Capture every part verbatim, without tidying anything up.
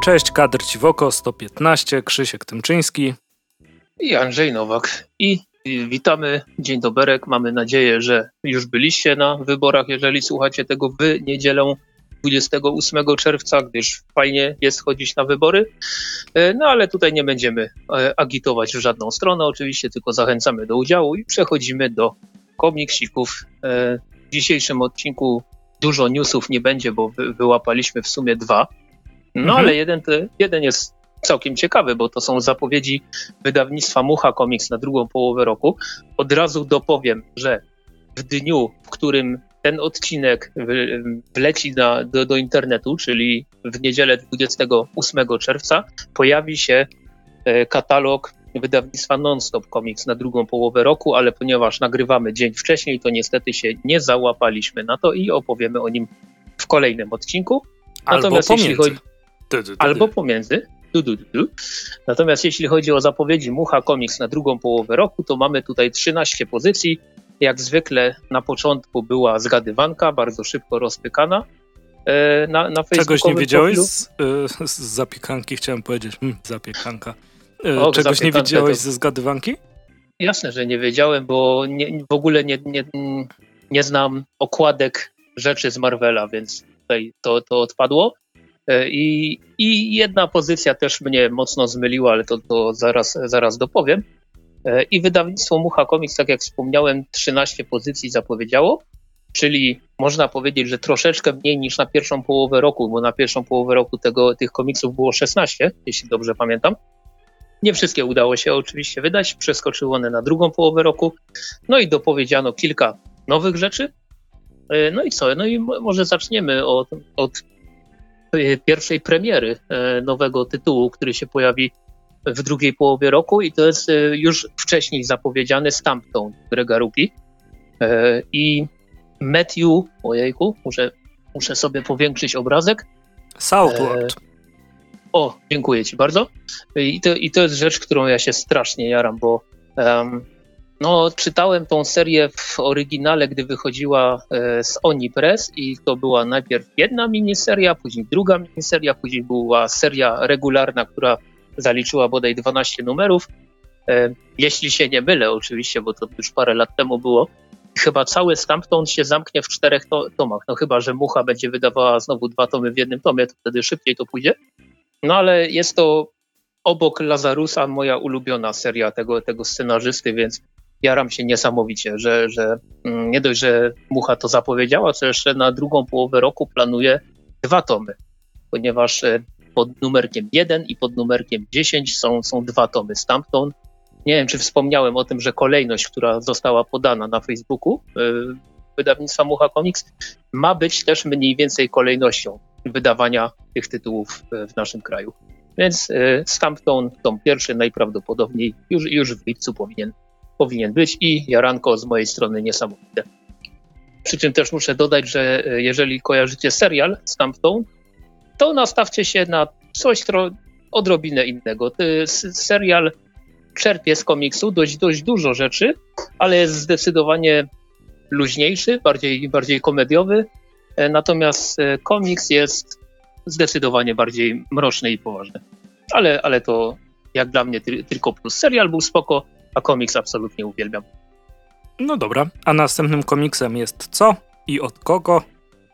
Cześć, kadr Ciwoko, sto piętnaście, Krzysiek Tymczyński i Andrzej Nowak. I witamy, dzień doberek. Mamy nadzieję, że już byliście na wyborach, jeżeli słuchacie tego w niedzielę dwudziestego ósmego czerwca, gdyż fajnie jest chodzić na wybory. No ale tutaj nie będziemy agitować w żadną stronę, oczywiście, tylko zachęcamy do udziału i przechodzimy do komiksików. W dzisiejszym odcinku dużo newsów nie będzie, bo wyłapaliśmy w sumie dwa. No mhm. ale jeden, jeden jest całkiem ciekawy, bo to są zapowiedzi wydawnictwa Mucha Comics na drugą połowę roku. Od razu dopowiem, że w dniu, w którym ten odcinek wleci na, do, do internetu, czyli w niedzielę dwudziestego ósmego czerwca, pojawi się katalog wydawnictwa Non-Stop Comics na drugą połowę roku, ale ponieważ nagrywamy dzień wcześniej, to niestety się nie załapaliśmy na to i opowiemy o nim w kolejnym odcinku. Albo Natomiast pomiędzy. Jeśli chodzi, du, du, du, albo pomiędzy. Du, du, du, du. Natomiast jeśli chodzi o zapowiedzi Mucha Comics na drugą połowę roku, to mamy tutaj trzynaście pozycji. Jak zwykle na początku była zgadywanka, bardzo szybko rozpykana e, na, na Facebookowym Czegoś nie wiedziałeś profilu. z, y, z zapiekanki, chciałem powiedzieć, hmm, zapiekanka. Y, O, Czegoś nie wiedziałeś to... ze zgadywanki? Jasne, że nie wiedziałem, bo nie, w ogóle nie, nie, nie znam okładek rzeczy z Marvela, więc tutaj to, to odpadło. I, I jedna pozycja też mnie mocno zmyliła, ale to, to zaraz, zaraz dopowiem. I wydawnictwo Mucha Comics, tak jak wspomniałem, trzynaście pozycji zapowiedziało, czyli można powiedzieć, że troszeczkę mniej niż na pierwszą połowę roku, bo na pierwszą połowę roku tego, tych komiksów było szesnaście, jeśli dobrze pamiętam. Nie wszystkie udało się oczywiście wydać, przeskoczyły one na drugą połowę roku, no i dopowiedziano kilka nowych rzeczy. No i co? No i może zaczniemy od, od pierwszej premiery nowego tytułu, który się pojawi w drugiej połowie roku i to jest już wcześniej zapowiedziany Stumptown Grega Rucki i Matthew, ojejku, muszę, muszę sobie powiększyć obrazek. Southward. O, dziękuję ci bardzo. I to, i to jest rzecz, którą ja się strasznie jaram, bo um, no, czytałem tą serię w oryginale, gdy wychodziła e, z Oni Press i to była najpierw jedna miniseria, później druga miniseria, później była seria regularna, która zaliczyła bodaj dwanaście numerów. E, jeśli się nie mylę oczywiście, bo to już parę lat temu było. Chyba cały Stumptown się zamknie w czterech to- tomach. No chyba, że Mucha będzie wydawała znowu dwa tomy w jednym tomie, to wtedy szybciej to pójdzie. No ale jest to obok Lazarusa moja ulubiona seria tego, tego scenarzysty, więc jaram się niesamowicie, że, że nie dość, że Mucha to zapowiedziała, co jeszcze na drugą połowę roku planuje dwa tomy, ponieważ pod numerkiem jeden i pod numerkiem dziesięć są, są dwa tomy Stumptown. Nie wiem, czy wspomniałem o tym, że kolejność, która została podana na Facebooku yy, wydawnictwa Mucha Comics, ma być też mniej więcej kolejnością wydawania tych tytułów w naszym kraju. Więc yy, Stumptown, tom pierwszy najprawdopodobniej już, już w lipcu powinien powinien być i jaranko z mojej strony niesamowite. Przy czym też muszę dodać, że jeżeli kojarzycie serial Stumptown, to nastawcie się na coś tro- odrobinę innego. Ten serial czerpie z komiksu dość, dość dużo rzeczy, ale jest zdecydowanie luźniejszy, bardziej, bardziej komediowy, natomiast komiks jest zdecydowanie bardziej mroczny i poważny. Ale, ale to jak dla mnie ty- tylko plus. Serial był spoko, a komiks absolutnie uwielbiam. No dobra, a następnym komiksem jest co i od kogo?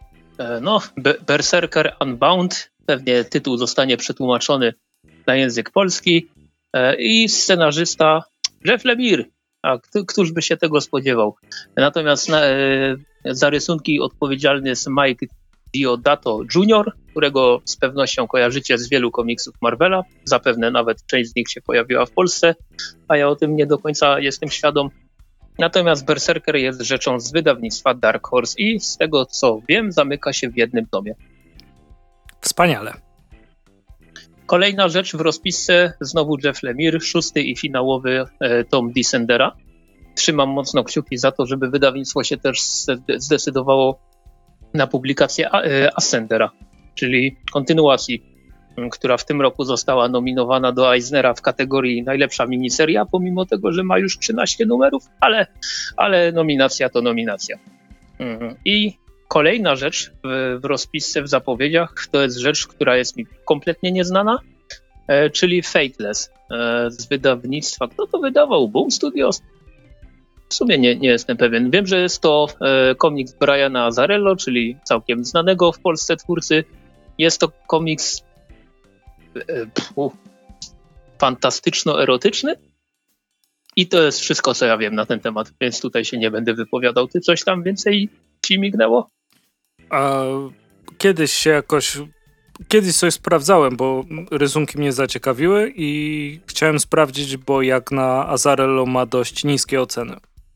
No, Be- Berserker Unbound. Pewnie tytuł zostanie przetłumaczony na język polski. I scenarzysta Jeff Lemire. A k- któż by się tego spodziewał? Natomiast na, e, za rysunki odpowiedzialny jest Mike Diodato junior, którego z pewnością kojarzycie z wielu komiksów Marvela. Zapewne nawet część z nich się pojawiła w Polsce, a ja o tym nie do końca jestem świadom. Natomiast Berserker jest rzeczą z wydawnictwa Dark Horse i z tego co wiem, zamyka się w jednym tomie. Wspaniale. Kolejna rzecz w rozpisce, znowu Jeff Lemire, szósty i finałowy e, tom Descendera. Trzymam mocno kciuki za to, żeby wydawnictwo się też zdecydowało na publikację Ascendera, czyli kontynuacji, która w tym roku została nominowana do Eisnera w kategorii najlepsza miniseria, pomimo tego, że ma już trzynaście numerów, ale, ale nominacja to nominacja. I kolejna rzecz w, w rozpisce, w zapowiedziach, to jest rzecz, która jest mi kompletnie nieznana, e, czyli Fateless e, z wydawnictwa. Kto to wydawał? Boom Studios? W sumie nie, nie jestem pewien. Wiem, że jest to e, komiks Briana Azzarello, czyli całkiem znanego w Polsce twórcy. Jest to komiks e, pfu, fantastyczno-erotyczny. I to jest wszystko, co ja wiem na ten temat, więc tutaj się nie będę wypowiadał. Ty coś tam więcej ci mignęło? A kiedyś się jakoś... Kiedyś coś sprawdzałem, bo rysunki mnie zaciekawiły i chciałem sprawdzić, bo jak na Azzarello ma dość niskie oceny.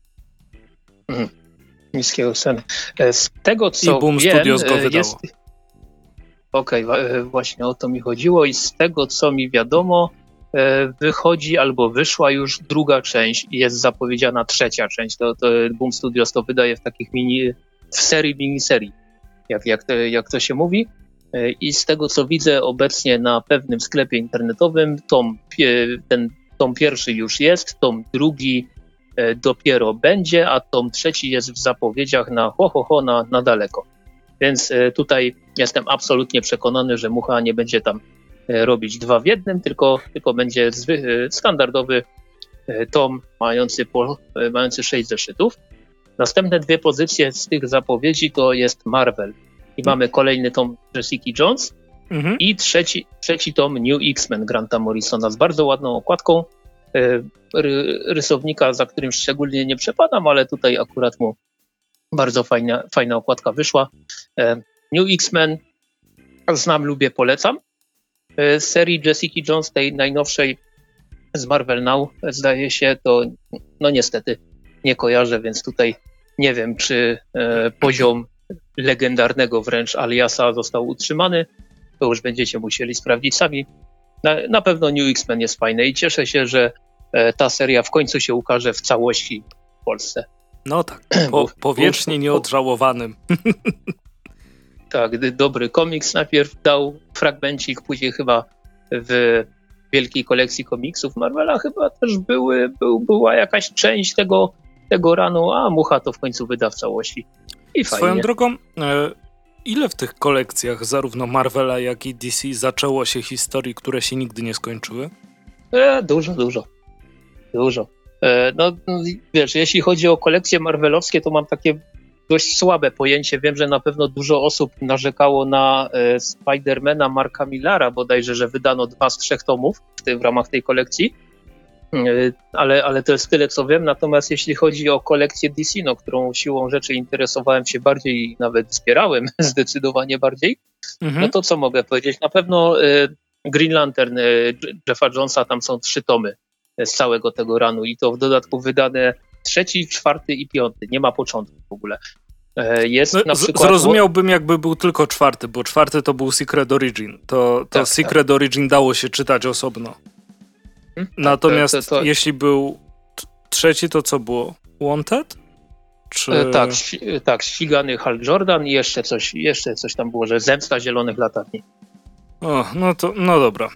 Mhm. Niskie oceny. Z tego, co I Boom wiem, Studios go wydało. jest... Okej, okay, właśnie o to mi chodziło i z tego, co mi wiadomo, wychodzi albo wyszła już druga część i jest zapowiedziana trzecia część. To, to Boom Studios to wydaje w takich mini, w serii miniserii, jak, jak, to, jak to się mówi. I z tego, co widzę obecnie na pewnym sklepie internetowym, tom, ten tom pierwszy już jest, tom drugi dopiero będzie, a tom trzeci jest w zapowiedziach na ho, ho, ho, na, na daleko. Więc tutaj jestem absolutnie przekonany, że Mucha nie będzie tam robić dwa w jednym, tylko, tylko będzie zwy, standardowy tom mający, po, mający sześć zeszytów. Następne dwie pozycje z tych zapowiedzi to jest Marvel. I mamy kolejny tom Jessica Jones mhm. i trzeci, trzeci tom New X-Men Granta Morrisona z bardzo ładną okładką. Rysownika, za którym szczególnie nie przepadam, ale tutaj akurat mu bardzo fajna, fajna okładka wyszła. New X-Men znam, lubię, polecam. Z serii Jessica Jones, tej najnowszej z Marvel Now, zdaje się, to no niestety nie kojarzę, więc tutaj nie wiem, czy e, poziom legendarnego wręcz aliasa został utrzymany. To już będziecie musieli sprawdzić sami. Na, na pewno New X-Men jest fajny i cieszę się, że e, ta seria w końcu się ukaże w całości w Polsce. No tak, po, powiecznie nieodżałowanym. Tak, dobry komiks. Najpierw dał fragmencik, później chyba w wielkiej kolekcji komiksów Marvela chyba też były, był, była jakaś część tego, tego ranu, a Mucha to w końcu wyda w całości. I fajnie. Swoją drogą, e, ile w tych kolekcjach zarówno Marvela, jak i D C zaczęło się historii, które się nigdy nie skończyły? E, dużo, dużo. Dużo. E, no wiesz, jeśli chodzi o kolekcje marvelowskie, to mam takie dość słabe pojęcie. Wiem, że na pewno dużo osób narzekało na e, Spidermana Marka Millara, bodajże, że wydano dwa z trzech tomów w, tym, w ramach tej kolekcji, e, ale, ale to jest tyle, co wiem. Natomiast jeśli chodzi o kolekcję D C, no, którą siłą rzeczy interesowałem się bardziej i nawet wspierałem zdecydowanie bardziej, mhm. no to co mogę powiedzieć? Na pewno e, Green Lantern e, Jeffa Jonesa, tam są trzy tomy z całego tego ranu i to w dodatku wydane trzeci, czwarty i piąty. Nie ma początku w ogóle. Jest no, na przykład... Zrozumiałbym, jakby był tylko czwarty, bo czwarty to był Secret Origin. To, to tak, Secret tak. Origin dało się czytać osobno. Hmm? Natomiast to, to, to... jeśli był t- trzeci, to co było? Wanted? Czy... Tak, ści- tak, ścigany Hal Jordan i jeszcze coś, jeszcze coś tam było, że Zemsta Zielonych Latarni. O, no to, no dobra.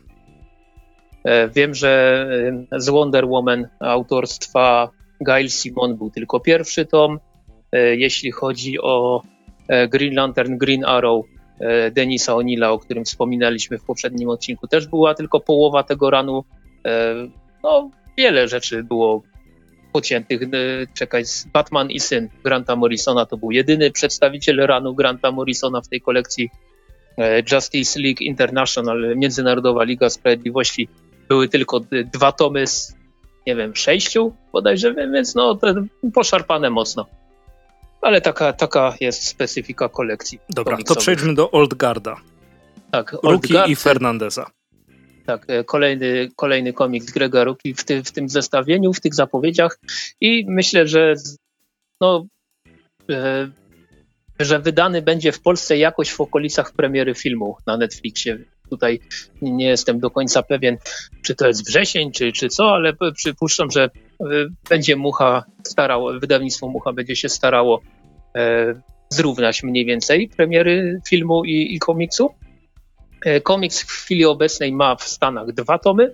Wiem, że z Wonder Woman autorstwa Gail Simon był tylko pierwszy tom. Jeśli chodzi o Green Lantern, Green Arrow Denisa O'Neilla, o którym wspominaliśmy w poprzednim odcinku, też była tylko połowa tego ranu. No, wiele rzeczy było pociętych. Czekaj, Batman i syn Granta Morrisona to był jedyny przedstawiciel ranu Granta Morrisona w tej kolekcji. Justice League International, Międzynarodowa Liga Sprawiedliwości, były tylko dwa tomy z, nie wiem, sześciu bodajże, więc no to poszarpane mocno. Ale taka, taka jest specyfika kolekcji. Dobra, komiksowych. To przejdźmy do Old Guarda. Tak, Rookie Guard, i Fernandeza. Tak, kolejny, kolejny komiks Grega Rookie w, ty, w tym zestawieniu, w tych zapowiedziach i myślę, że no, e, że wydany będzie w Polsce jakoś w okolicach premiery filmu na Netflixie. Tutaj nie jestem do końca pewien, czy to jest wrzesień, czy, czy co, ale przypuszczam, że będzie Mucha starało, wydawnictwo Mucha będzie się starało e, zrównać mniej więcej premiery filmu i, i komiksu. E, komiks w chwili obecnej ma w Stanach dwa tomy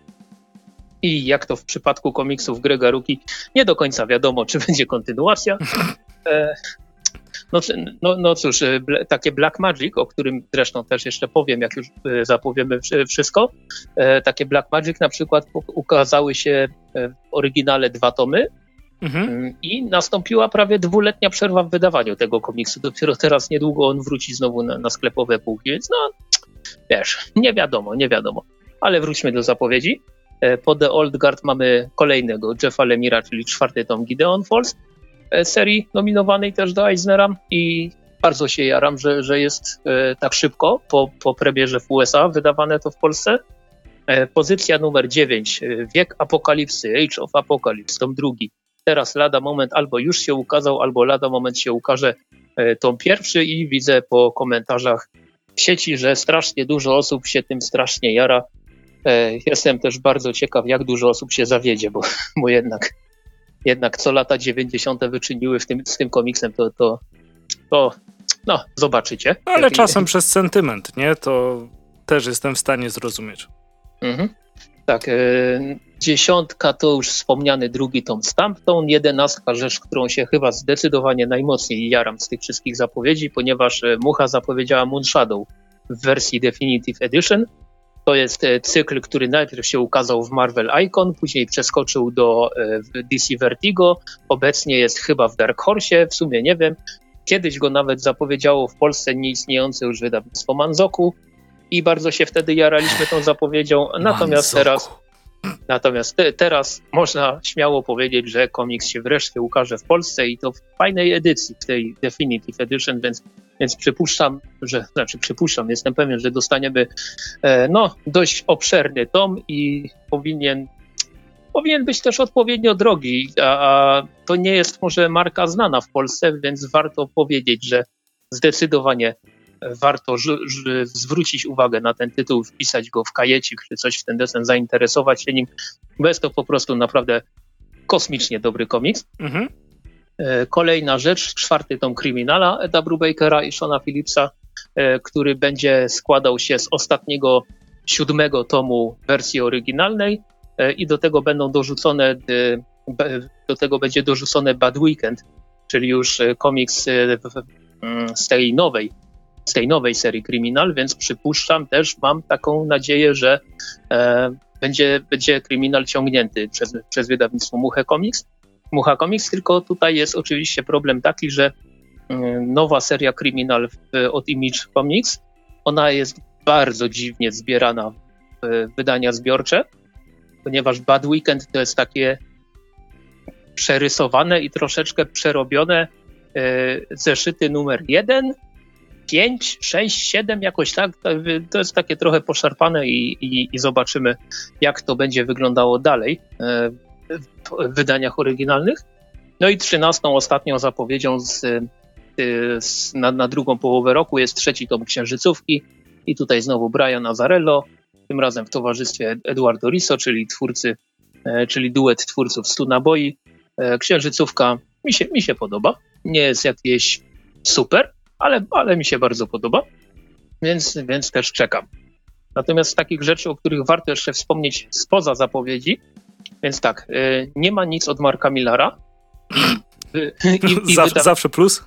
i jak to w przypadku komiksów Grega Rookie, nie do końca wiadomo, czy będzie kontynuacja. E, No, no, no cóż, takie Black Magic, o którym zresztą też jeszcze powiem, jak już zapowiemy wszystko. Takie Black Magic na przykład ukazały się w oryginale dwa tomy mhm. i nastąpiła prawie dwuletnia przerwa w wydawaniu tego komiksu. Dopiero teraz niedługo on wróci znowu na, na sklepowe półki, więc no wiesz, nie wiadomo, nie wiadomo. Ale wróćmy do zapowiedzi. Po The Old Guard mamy kolejnego Jeffa Lemira, czyli czwarty tom Gideon Falls, serii nominowanej też do Eisnera i bardzo się jaram, że, że jest e, tak szybko po, po premierze w U S A wydawane to w Polsce. E, pozycja numer dziewięć, Wiek Apokalipsy, Age of Apocalypse, tom drugi. Teraz lada moment albo już się ukazał, albo lada moment się ukaże e, tom pierwszy i widzę po komentarzach w sieci, że strasznie dużo osób się tym strasznie jara. E, jestem też bardzo ciekaw, jak dużo osób się zawiedzie, bo, bo jednak Jednak co lata dziewięćdziesiąte wyczyniły w tym, z tym komiksem, to, to, to no, zobaczycie. Ale jak, czasem jak... przez sentyment, nie? To też jestem w stanie zrozumieć. Mhm. Tak, e, dziesiątka to już wspomniany drugi tom Stampton, jedenastka rzecz, którą się chyba zdecydowanie najmocniej jaram z tych wszystkich zapowiedzi, ponieważ Mucha zapowiedziała Moonshadow w wersji Definitive Edition. To jest cykl, który najpierw się ukazał w Marvel Icon, później przeskoczył do D C Vertigo, obecnie jest chyba w Dark Horse, w sumie nie wiem. Kiedyś go nawet zapowiedziało w Polsce nieistniejące już wydawnictwo Manzoku i bardzo się wtedy jaraliśmy tą zapowiedzią. Natomiast Manzoku. teraz, natomiast te, teraz można śmiało powiedzieć, że komiks się wreszcie ukaże w Polsce i to w fajnej edycji, w tej Definitive Edition, więc Więc przypuszczam, że, znaczy przypuszczam, jestem pewien, że dostaniemy e, no, dość obszerny tom i powinien, powinien być też odpowiednio drogi, a, a to nie jest może marka znana w Polsce, więc warto powiedzieć, że zdecydowanie warto ż, ż, zwrócić uwagę na ten tytuł, wpisać go w kajecik, czy coś w ten desen, zainteresować się nim, bo jest to po prostu naprawdę kosmicznie dobry komiks. Mhm. Kolejna rzecz, czwarty tom Kryminala Eda Brubakera i Shona Phillipsa, który będzie składał się z ostatniego siódmego tomu wersji oryginalnej i do tego będą dorzucone, do tego będzie dorzucone Bad Weekend, czyli już komiks z tej nowej, z tej nowej serii Kryminal, więc przypuszczam też, mam taką nadzieję, że będzie, będzie Kryminal ciągnięty przez, przez wydawnictwo Mucha Comics. Mucha Comics, tylko tutaj jest oczywiście problem taki, że nowa seria Criminal od Image Comics, ona jest bardzo dziwnie zbierana w wydania zbiorcze, ponieważ Bad Weekend to jest takie przerysowane i troszeczkę przerobione zeszyty numer jeden, pięć, sześć, siedem, jakoś tak. To jest takie trochę poszarpane i, i, i zobaczymy, jak to będzie wyglądało dalej w wydaniach oryginalnych. No i trzynastą, ostatnią zapowiedzią z, z, na, na drugą połowę roku jest trzeci tom Księżycówki i tutaj znowu Brian Azzarello, tym razem w towarzystwie Eduardo Risso, czyli twórcy, czyli duet twórców stu naboi. Księżycówka mi się, mi się podoba, nie jest jakieś super, ale, ale mi się bardzo podoba, więc, więc też czekam. Natomiast z takich rzeczy, o których warto jeszcze wspomnieć spoza zapowiedzi, więc tak, nie ma nic od Marka Millara. I, i zawsze, wyda... zawsze plus.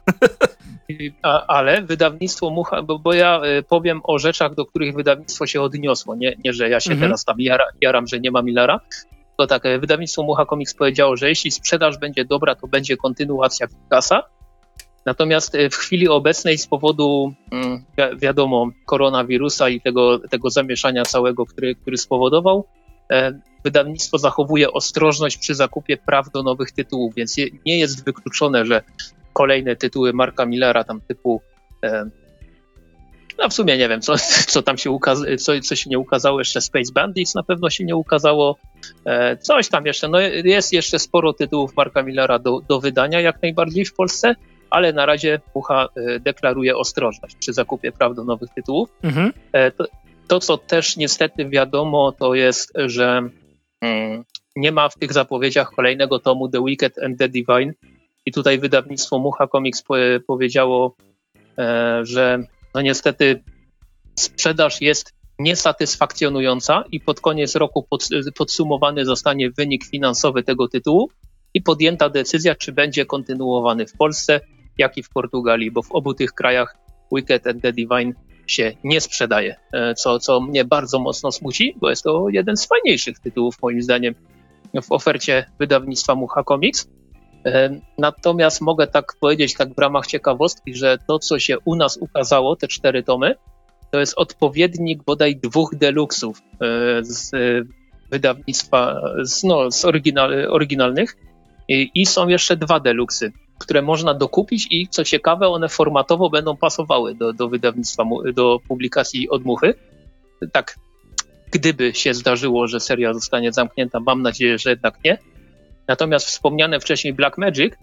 A, ale wydawnictwo Mucha, bo, bo ja powiem o rzeczach, do których wydawnictwo się odniosło, nie, nie że ja się mhm. teraz tam jara, jaram, że nie ma Millara. To tak, wydawnictwo Mucha Comics powiedziało, że jeśli sprzedaż będzie dobra, to będzie kontynuacja Kikasa. Natomiast w chwili obecnej z powodu, wi- wiadomo, koronawirusa i tego, tego zamieszania całego, który, który spowodował, e, wydawnictwo zachowuje ostrożność przy zakupie praw do nowych tytułów, więc je, nie jest wykluczone, że kolejne tytuły Marka Millara tam typu, e, no w sumie nie wiem, co, co tam się ukazało, co, co się nie ukazało, jeszcze Space Bandits na pewno się nie ukazało, e, coś tam jeszcze, no jest jeszcze sporo tytułów Marka Millara do, do wydania jak najbardziej w Polsce, ale na razie Mucha deklaruje ostrożność przy zakupie praw do nowych tytułów. Mhm. To, to, co też niestety wiadomo, to jest, że mm, nie ma w tych zapowiedziach kolejnego tomu The Wicked and the Divine i tutaj wydawnictwo Mucha Comics po, powiedziało, e, że no niestety sprzedaż jest niesatysfakcjonująca i pod koniec roku pod, podsumowany zostanie wynik finansowy tego tytułu i podjęta decyzja, czy będzie kontynuowany w Polsce. jak i w Portugalii, bo w obu tych krajach Wicked and the Divine się nie sprzedaje, co, co mnie bardzo mocno smuci, bo jest to jeden z fajniejszych tytułów moim zdaniem w ofercie wydawnictwa Mucha Comics. Natomiast mogę tak powiedzieć, tak w ramach ciekawostki, że to, co się u nas ukazało, te cztery tomy, to jest odpowiednik bodaj dwóch deluxów z wydawnictwa, z, no, z oryginal, oryginalnych I, i są jeszcze dwa deluxy, które można dokupić i co ciekawe, one formatowo będą pasowały do, do wydawnictwa, do publikacji od Muchy. Tak, gdyby się zdarzyło, że seria zostanie zamknięta, mam nadzieję, że jednak nie. Natomiast wspomniane wcześniej Black Magic,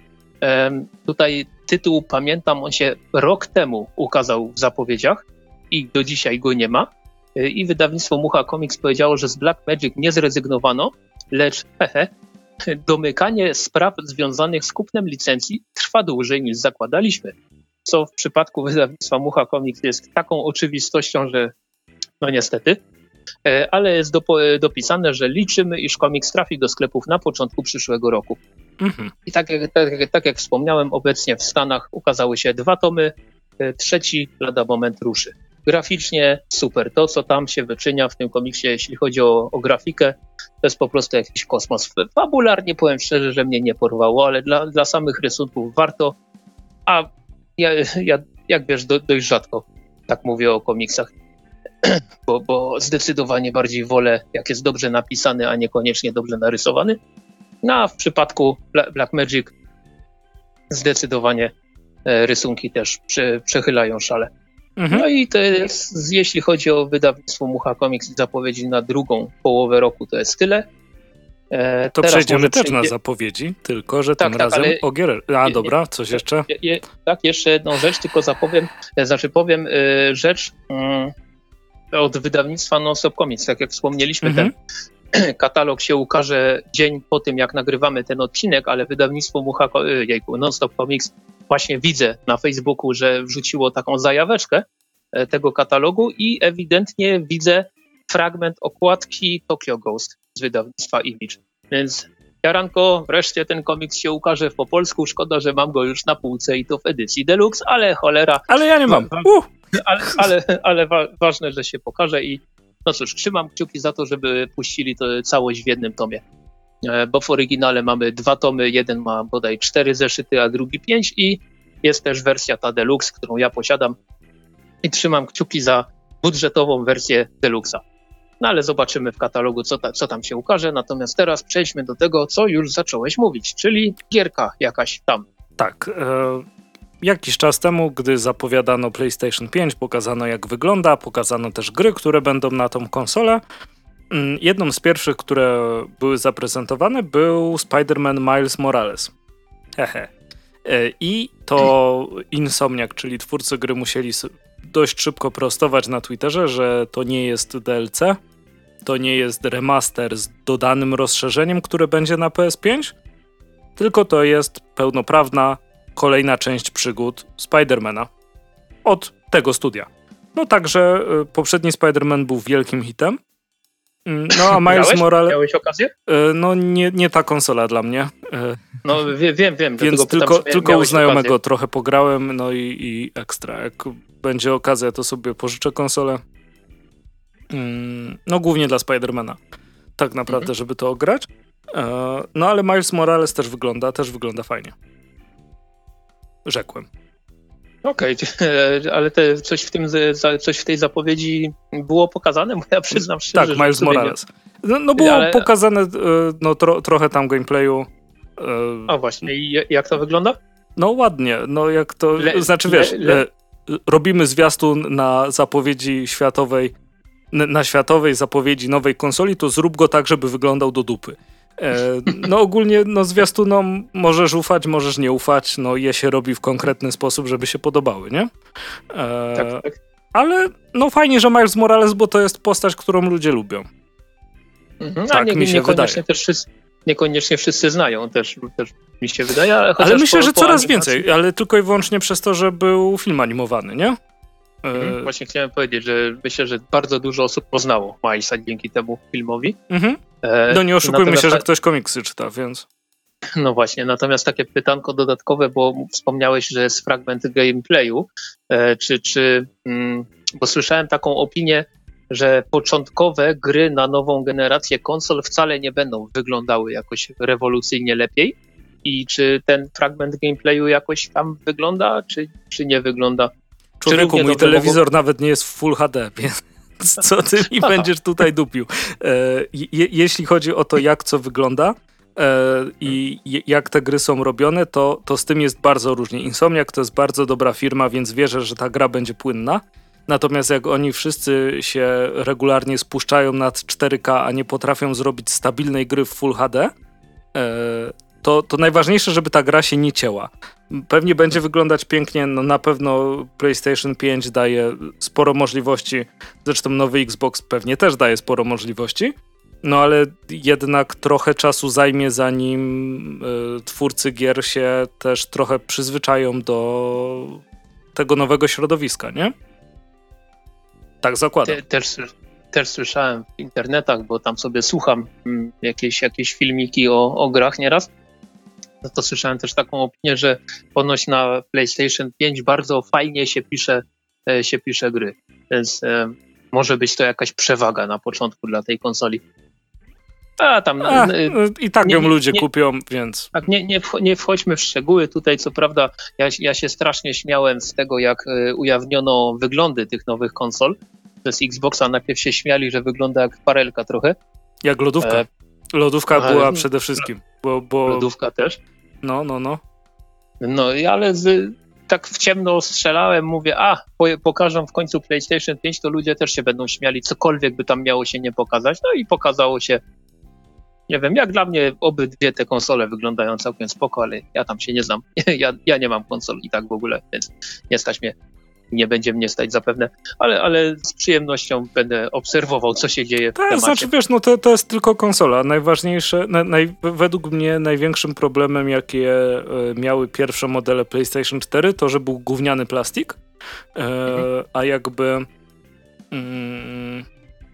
tutaj tytuł, pamiętam, on się rok temu ukazał w zapowiedziach i do dzisiaj go nie ma. I wydawnictwo Mucha Comics powiedziało, że z Black Magic nie zrezygnowano, lecz hehe, domykanie spraw związanych z kupnem licencji trwa dłużej niż zakładaliśmy. Co w przypadku wydawnictwa Mucha Comics jest taką oczywistością, że no niestety. Ale jest do, dopisane, że liczymy, iż komiks trafi do sklepów na początku przyszłego roku. Mhm. I tak jak, tak, tak jak wspomniałem, obecnie w Stanach ukazały się dwa tomy, trzeci lada moment ruszy. Graficznie super. To, co tam się wyczynia w tym komiksie, jeśli chodzi o, o grafikę, to jest po prostu jakiś kosmos. Fabularnie powiem szczerze, że mnie nie porwało, ale dla, dla samych rysunków warto. A ja, ja jak wiesz, do, dość rzadko tak mówię o komiksach. Bo, bo zdecydowanie bardziej wolę, jak jest dobrze napisany, a niekoniecznie dobrze narysowany. No a w przypadku Black Magic zdecydowanie rysunki też prze, przechylają szale. Mhm. No i to jest, jeśli chodzi o wydawnictwo Mucha Comics i zapowiedzi na drugą połowę roku, to jest tyle. E, to przejdziemy też przejdzie... na zapowiedzi, tylko że tak, tym tak, razem ale... o gier. A je, dobra, coś je, jeszcze? Je, je, tak, jeszcze jedną rzecz, tylko zapowiem, znaczy powiem y, rzecz y, od wydawnictwa Non-Stop Comics. Tak jak wspomnieliśmy, mhm. ten katalog się ukaże dzień po tym, jak nagrywamy ten odcinek, ale wydawnictwo Mucha y, jejku, Non-Stop Comics właśnie widzę na Facebooku, że wrzuciło taką zajaweczkę tego katalogu i ewidentnie widzę fragment okładki Tokyo Ghost z wydawnictwa Image. Więc jaranko, wreszcie ten komiks się ukaże po polsku. Szkoda, że mam go już na półce i to w edycji deluxe, ale cholera. Ale ja nie mam. Uh. Ale, ale, ale wa- ważne, że się pokaże i no cóż, trzymam kciuki za to, żeby puścili to całość w jednym tomie. Bo w oryginale mamy dwa tomy, jeden ma bodaj cztery zeszyty, a drugi pięć i jest też wersja ta deluxe, którą ja posiadam i trzymam kciuki za budżetową wersję deluxa. No ale zobaczymy w katalogu, co, ta, co tam się ukaże, natomiast teraz przejdźmy do tego, co już zacząłeś mówić, czyli gierka jakaś tam. Tak, e, jakiś czas temu, gdy zapowiadano PlayStation pięć, pokazano jak wygląda, pokazano też gry, które będą na tą konsolę. Jedną z pierwszych, które były zaprezentowane, był Spider-Man Miles Morales. Hehe. I to Insomniac, czyli twórcy gry, musieli dość szybko prostować na Twitterze, że to nie jest D L C, to nie jest remaster z dodanym rozszerzeniem, które będzie na P S pięć, tylko to jest pełnoprawna kolejna część przygód Spidermana od tego studia. No także poprzedni Spider-Man był wielkim hitem. No a Miles Miałeś? Morales... Miałeś okazję? No nie, nie ta konsola dla mnie. No wiem, wiem. wiem Więc tylko, pytam, tylko u znajomego okazję. Trochę pograłem, no i, i ekstra. Jak będzie okazja, to sobie pożyczę konsolę. No głównie dla Spidermana. Tak naprawdę, mhm. żeby to ograć. No ale Miles Morales też wygląda, też wygląda fajnie. Rzekłem. Okej, okay, ale te, coś, w tym, coś w tej zapowiedzi było pokazane? Bo ja przyznam szczerze, tak, Miles Morales. Nie... No, no było ale... pokazane no, tro, trochę tam gameplayu. A właśnie, i jak to wygląda? No ładnie, no jak to, le, znaczy wiesz, le, le... robimy zwiastun na zapowiedzi światowej, na światowej zapowiedzi nowej konsoli, to zrób go tak, żeby wyglądał do dupy. No ogólnie no zwiastunom możesz ufać, możesz nie ufać, no je się robi w konkretny sposób, żeby się podobały, nie? E, tak, tak. Ale no fajnie, że Miles Morales, bo to jest postać, którą ludzie lubią. Mhm, tak nie, mi się wydaje. Też wszyscy, niekoniecznie wszyscy znają, też, też mi się wydaje. Ale, ale myślę, po, że po coraz animacji... więcej, ale tylko i wyłącznie przez to, że był film animowany, nie? Mhm, właśnie chciałem powiedzieć, że myślę, że bardzo dużo osób poznało Milesa dzięki temu filmowi. Mhm. No nie oszukujmy się, że ktoś komiksy czyta, więc... No właśnie, natomiast takie pytanko dodatkowe, bo wspomniałeś, że jest fragment gameplayu, e, czy, czy mm, bo słyszałem taką opinię, że początkowe gry na nową generację konsol wcale nie będą wyglądały jakoś rewolucyjnie lepiej i czy ten fragment gameplayu jakoś tam wygląda, czy, czy nie wygląda? Człowieku, mój telewizor mogą... nawet nie jest w Full H D, więc co ty mi będziesz tutaj dupił? E, je, jeśli chodzi o to, jak co wygląda, i jak te gry są robione, to, to z tym jest bardzo różnie. Insomniac to jest bardzo dobra firma, więc wierzę, że ta gra będzie płynna. Natomiast jak oni wszyscy się regularnie spuszczają nad cztery K, a nie potrafią zrobić stabilnej gry w Full H D, to, to najważniejsze, żeby ta gra się nie cięła. Pewnie będzie wyglądać pięknie, no na pewno PlayStation pięć daje sporo możliwości, zresztą nowy Xbox pewnie też daje sporo możliwości. No ale jednak trochę czasu zajmie, zanim y, twórcy gier się też trochę przyzwyczają do tego nowego środowiska, nie? Tak zakładam. Te, też, też słyszałem w internetach, bo tam sobie słucham m, jakieś, jakieś filmiki o, o grach nieraz. No to słyszałem też taką opinię, że ponoć na PlayStation pięć bardzo fajnie się pisze, e, się pisze gry. Więc e, może być to jakaś przewaga na początku dla tej konsoli. A tam A, i tak nie, ją ludzie nie, kupią, więc... Tak, nie, nie, nie wchodźmy w szczegóły. Tutaj co prawda ja, ja się strasznie śmiałem z tego, jak ujawniono wyglądy tych nowych konsol przez Xboxa. Najpierw się śmiali, że wygląda jak farelka trochę. Jak lodówka. E... Lodówka ale... była przede wszystkim. Bo, bo... Lodówka też? No, no, no. No, ale z, tak w ciemno strzelałem, mówię, a, po, pokażą w końcu PlayStation pięć, to ludzie też się będą śmiali, cokolwiek by tam miało się nie pokazać. No i pokazało się. Nie wiem, jak dla mnie obydwie te konsole wyglądają całkiem spoko, ale ja tam się nie znam. Ja, ja nie mam konsol i tak w ogóle, więc nie stać mnie, nie będzie mnie stać zapewne, ale, ale z przyjemnością będę obserwował, co się dzieje w to temacie. Znaczy, wiesz, no to, to jest tylko konsola. Najważniejsze, na, naj, według mnie największym problemem, jakie e, miały pierwsze modele PlayStation cztery, to, że był gówniany plastik, e, mhm. a jakby mm,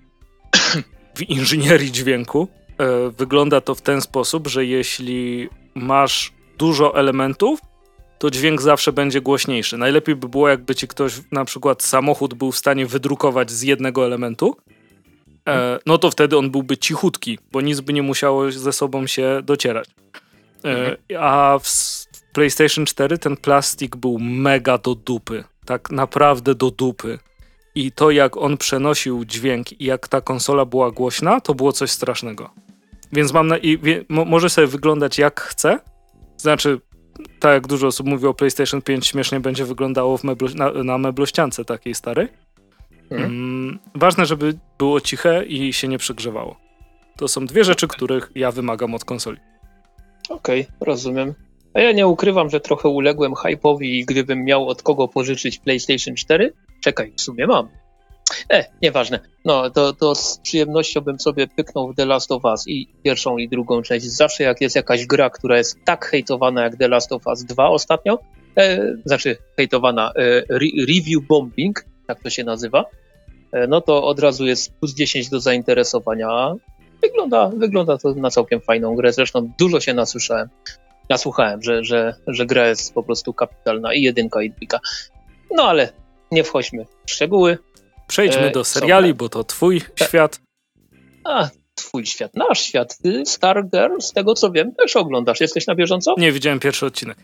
w inżynierii dźwięku wygląda to w ten sposób, że jeśli masz dużo elementów, to dźwięk zawsze będzie głośniejszy. Najlepiej by było, jakby ci ktoś, na przykład samochód, był w stanie wydrukować z jednego elementu, e, no to wtedy on byłby cichutki, bo nic by nie musiało ze sobą się docierać. E, a w, w PlayStation cztery ten plastik był mega do dupy. Tak naprawdę do dupy. I to, jak on przenosił dźwięk i jak ta konsola była głośna, to było coś strasznego. Więc mam na... I wie, mo, może sobie wyglądać jak chce. Znaczy, tak jak dużo osób mówi o PlayStation pięć, śmiesznie będzie wyglądało w meblo, na, na meblościance takiej starej. Mhm. Mm, ważne, żeby było ciche i się nie przegrzewało. To są dwie rzeczy, których ja wymagam od konsoli. Okej, okay, rozumiem. A ja nie ukrywam, że trochę uległem hype'owi i gdybym miał od kogo pożyczyć PlayStation cztery, czekaj, w sumie mam. E, nieważne. No, to, to z przyjemnością bym sobie pyknął w The Last of Us i pierwszą i drugą część. Zawsze jak jest jakaś gra, która jest tak hejtowana jak The Last of Us dwa ostatnio, e, znaczy hejtowana, e, re, review bombing, tak to się nazywa, e, no to od razu jest plus dziesięć do zainteresowania. Wygląda, wygląda to na całkiem fajną grę. Zresztą dużo się nasłyszałem. Nasłuchałem, że, że, że gra jest po prostu kapitalna i jedynka i dwójka. No ale nie wchodźmy w szczegóły. Przejdźmy do seriali, bo to twój świat. A, twój świat, nasz świat. Ty, Stargirl, z tego co wiem, też oglądasz. Jesteś na bieżąco? Nie, widziałem pierwszy odcinek.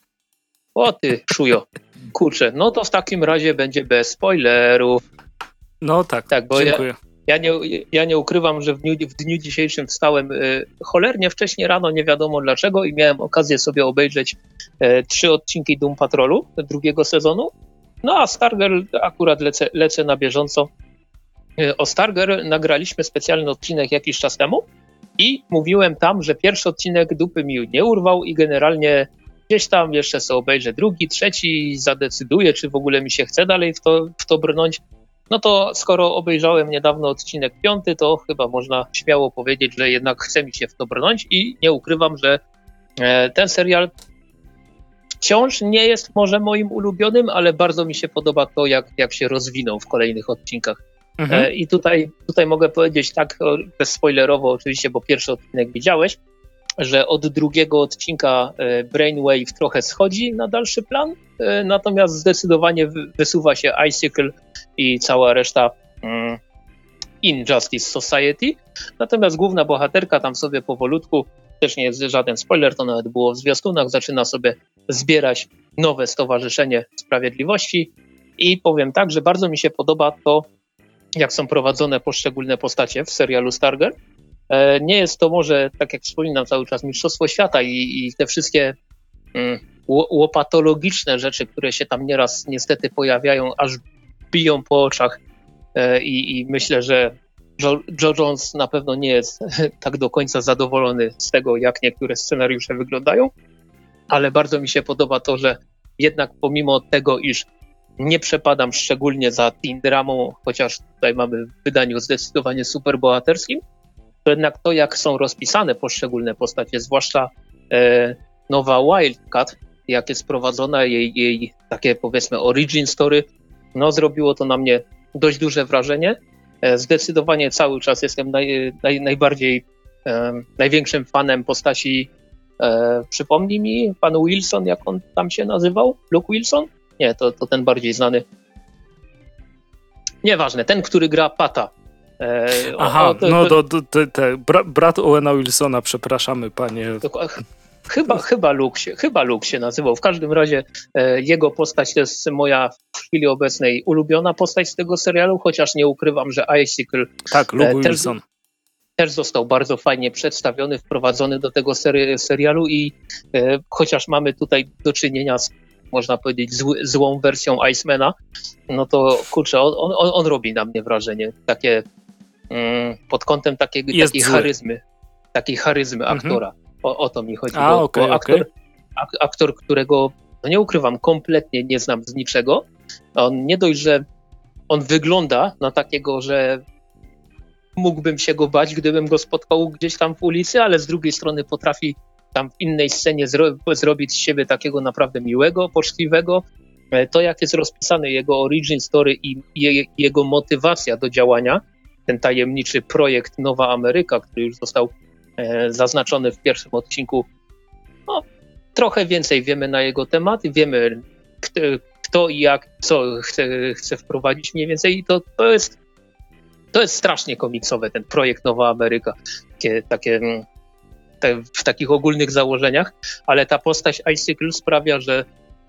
O ty, szujo. Kurczę, no to w takim razie będzie bez spoilerów. No tak, tak bo dziękuję. Ja, ja, nie, ja nie ukrywam, że w dniu, w dniu dzisiejszym wstałem y, cholernie wcześnie rano, nie wiadomo dlaczego, i miałem okazję sobie obejrzeć y, trzy odcinki Doom Patrolu drugiego sezonu. No a Stargirl akurat lecę, lecę na bieżąco. O Stargirl nagraliśmy specjalny odcinek jakiś czas temu i mówiłem tam, że pierwszy odcinek dupy mi nie urwał i generalnie gdzieś tam jeszcze sobie obejrzę drugi, trzeci, zadecyduję, czy w ogóle mi się chce dalej w to, w to brnąć. No to skoro obejrzałem niedawno odcinek piąty, to chyba można śmiało powiedzieć, że jednak chce mi się w to brnąć i nie ukrywam, że ten serial wciąż nie jest może moim ulubionym, ale bardzo mi się podoba to, jak, jak się rozwinął w kolejnych odcinkach. Mhm. E, I tutaj, tutaj mogę powiedzieć tak bezspoilerowo oczywiście, bo pierwszy odcinek widziałeś, że od drugiego odcinka Brainwave trochę schodzi na dalszy plan, natomiast zdecydowanie wysuwa się Icicle i cała reszta Injustice Society. Natomiast główna bohaterka tam sobie powolutku, też nie jest żaden spoiler, to nawet było w zwiastunach, zaczyna sobie zbierać nowe Stowarzyszenie Sprawiedliwości i powiem tak, że bardzo mi się podoba to, jak są prowadzone poszczególne postacie w serialu Stargirl. Nie jest to może, tak jak wspominam cały czas, Mistrzostwo Świata i, i te wszystkie mm, łopatologiczne rzeczy, które się tam nieraz niestety pojawiają, aż biją po oczach i, i myślę, że Joe, Joe Jones na pewno nie jest tak do końca zadowolony z tego, jak niektóre scenariusze wyglądają, ale bardzo mi się podoba to, że jednak pomimo tego, iż nie przepadam szczególnie za teen dramą, chociaż tutaj mamy w wydaniu zdecydowanie superbohaterskim, to jednak to, jak są rozpisane poszczególne postacie, zwłaszcza e, nowa Wildcat, jak jest prowadzona, jej, jej takie powiedzmy origin story, no zrobiło to na mnie dość duże wrażenie. E, zdecydowanie cały czas jestem naj, naj, najbardziej, e, największym fanem postaci, e, przypomnij mi, pan Wilson, jak on tam się nazywał? Luke Wilson? Nie, to, to ten bardziej znany. Nieważne, ten, który gra Pata. E, Aha, o, to, no to, to, to, to bra, brat Owena Wilsona, przepraszamy panie. To, chyba, chyba, Luke się, chyba Luke się nazywał. W każdym razie e, jego postać to jest moja w chwili obecnej ulubiona postać z tego serialu, chociaż nie ukrywam, że Icicle tak, Luke e, Wilson. Też, też został bardzo fajnie przedstawiony, wprowadzony do tego seri- serialu i e, chociaż mamy tutaj do czynienia z, można powiedzieć, zły, złą wersją Icemana, no to kurczę, on, on, on robi na mnie wrażenie. Takie mm, pod kątem takiej, takiej charyzmy, takiej charyzmy mhm. aktora. O, o to mi chodzi. A, bo, okay, bo aktor, okay. ak, aktor, którego, no nie ukrywam, kompletnie nie znam z niczego. On nie dość, że on wygląda na takiego, że mógłbym się go bać, gdybym go spotkał gdzieś tam w ulicy, ale z drugiej strony potrafi tam w innej scenie zro, zrobić z siebie takiego naprawdę miłego, poczciwego. To, jak jest rozpisany jego origin story i je, jego motywacja do działania, ten tajemniczy projekt Nowa Ameryka, który już został e, zaznaczony w pierwszym odcinku, no, trochę więcej wiemy na jego temat, wiemy kto, kto i jak, co chce, chce wprowadzić mniej więcej i to, to jest to jest strasznie komiksowe, ten projekt Nowa Ameryka, takie, takie te, w takich ogólnych założeniach, ale ta postać Icicle sprawia, że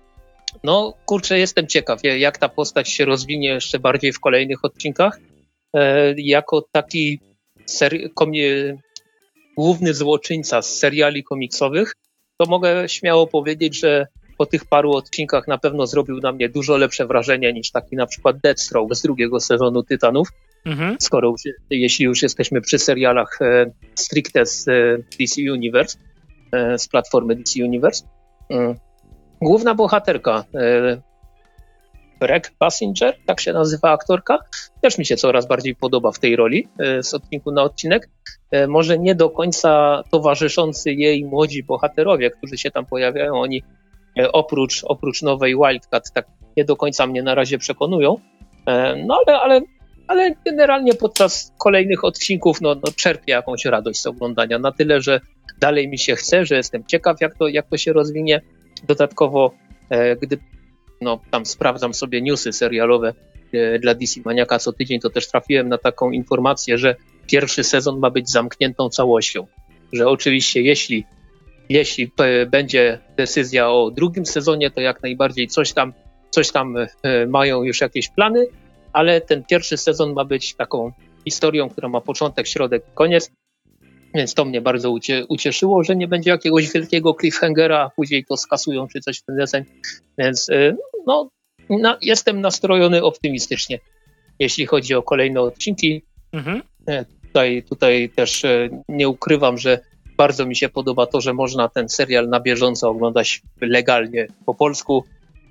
no kurczę, jestem ciekaw, jak ta postać się rozwinie jeszcze bardziej w kolejnych odcinkach. E, jako taki seri- komie- główny złoczyńca z seriali komiksowych, to mogę śmiało powiedzieć, że po tych paru odcinkach na pewno zrobił na mnie dużo lepsze wrażenie niż taki na przykład Deathstroke z drugiego sezonu Tytanów. Mhm. Skoro już, jeśli już jesteśmy przy serialach e, stricte z e, D C Universe, e, z platformy D C Universe. E, główna bohaterka e, Reg Basinger, tak się nazywa aktorka, też mi się coraz bardziej podoba w tej roli e, z odcinku na odcinek. E, może nie do końca towarzyszący jej młodzi bohaterowie, którzy się tam pojawiają, oni e, oprócz, oprócz nowej Wildcat tak nie do końca mnie na razie przekonują. E, no ale, ale Ale generalnie podczas kolejnych odcinków no, no, czerpię jakąś radość z oglądania. Na tyle, że dalej mi się chce, że jestem ciekaw, jak to, jak to się rozwinie. Dodatkowo, e, gdy no, tam sprawdzam sobie newsy serialowe e, dla D C Maniaka co tydzień, to też trafiłem na taką informację, że pierwszy sezon ma być zamkniętą całością. Że oczywiście jeśli, jeśli p- będzie decyzja o drugim sezonie, to jak najbardziej coś tam, coś tam e, mają już jakieś plany, ale ten pierwszy sezon ma być taką historią, która ma początek, środek i koniec, więc to mnie bardzo ucie- ucieszyło, że nie będzie jakiegoś wielkiego cliffhangera, a później to skasują czy coś w ten deseń, więc no, na, jestem nastrojony optymistycznie, jeśli chodzi o kolejne odcinki. Mhm. Tutaj, tutaj też nie ukrywam, że bardzo mi się podoba to, że można ten serial na bieżąco oglądać legalnie po polsku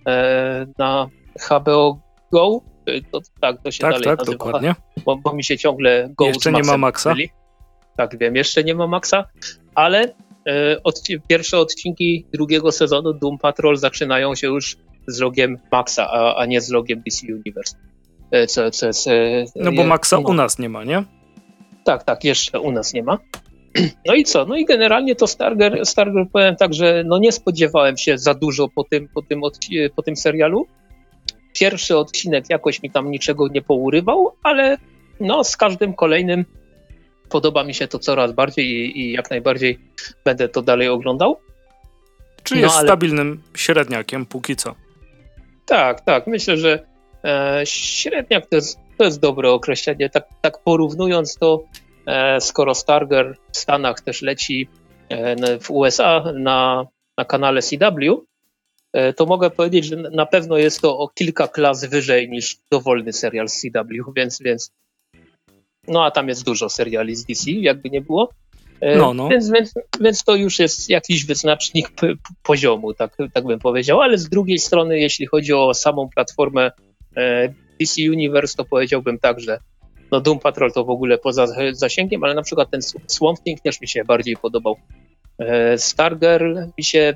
na H B O Go. To, tak, to się tak, dalej tak, nazywa, dokładnie. Bo, bo mi się ciągle Go jeszcze z nie ma Maxa. Myli. Tak, wiem, jeszcze nie ma Maxa, ale e, od, pierwsze odcinki drugiego sezonu Doom Patrol zaczynają się już z logiem Maxa, a, a nie z logiem D C Universe. E, co, co jest, e, no bo je, Maxa no. u nas nie ma, nie? Tak, tak, jeszcze u nas nie ma. No i co? No i generalnie to Stargirl, Stargirl powiem tak, że no nie spodziewałem się za dużo po tym, po tym, po tym serialu. Pierwszy odcinek jakoś mi tam niczego nie pourywał, ale no z każdym kolejnym podoba mi się to coraz bardziej i, i jak najbardziej będę to dalej oglądał. Czy jest no, ale... stabilnym średniakiem póki co? Tak, tak. Myślę, że e, średniak to jest, to jest dobre określenie. Tak, tak porównując to, e, skoro Stargirl w Stanach też leci e, w U S A na, na kanale C W, e, to mogę powiedzieć, że na pewno jest to o kilka klas wyżej niż dowolny serial z C W, więc, więc no a tam jest dużo seriali z D C, jakby nie było. No, no. Więc, więc, więc to już jest jakiś wyznacznik p- poziomu, tak, tak bym powiedział, ale z drugiej strony, jeśli chodzi o samą platformę e, D C Universe, to powiedziałbym tak, że no Doom Patrol to w ogóle poza zasięgiem, ale na przykład ten Swamp Thing też mi się bardziej podobał. E, Stargirl mi się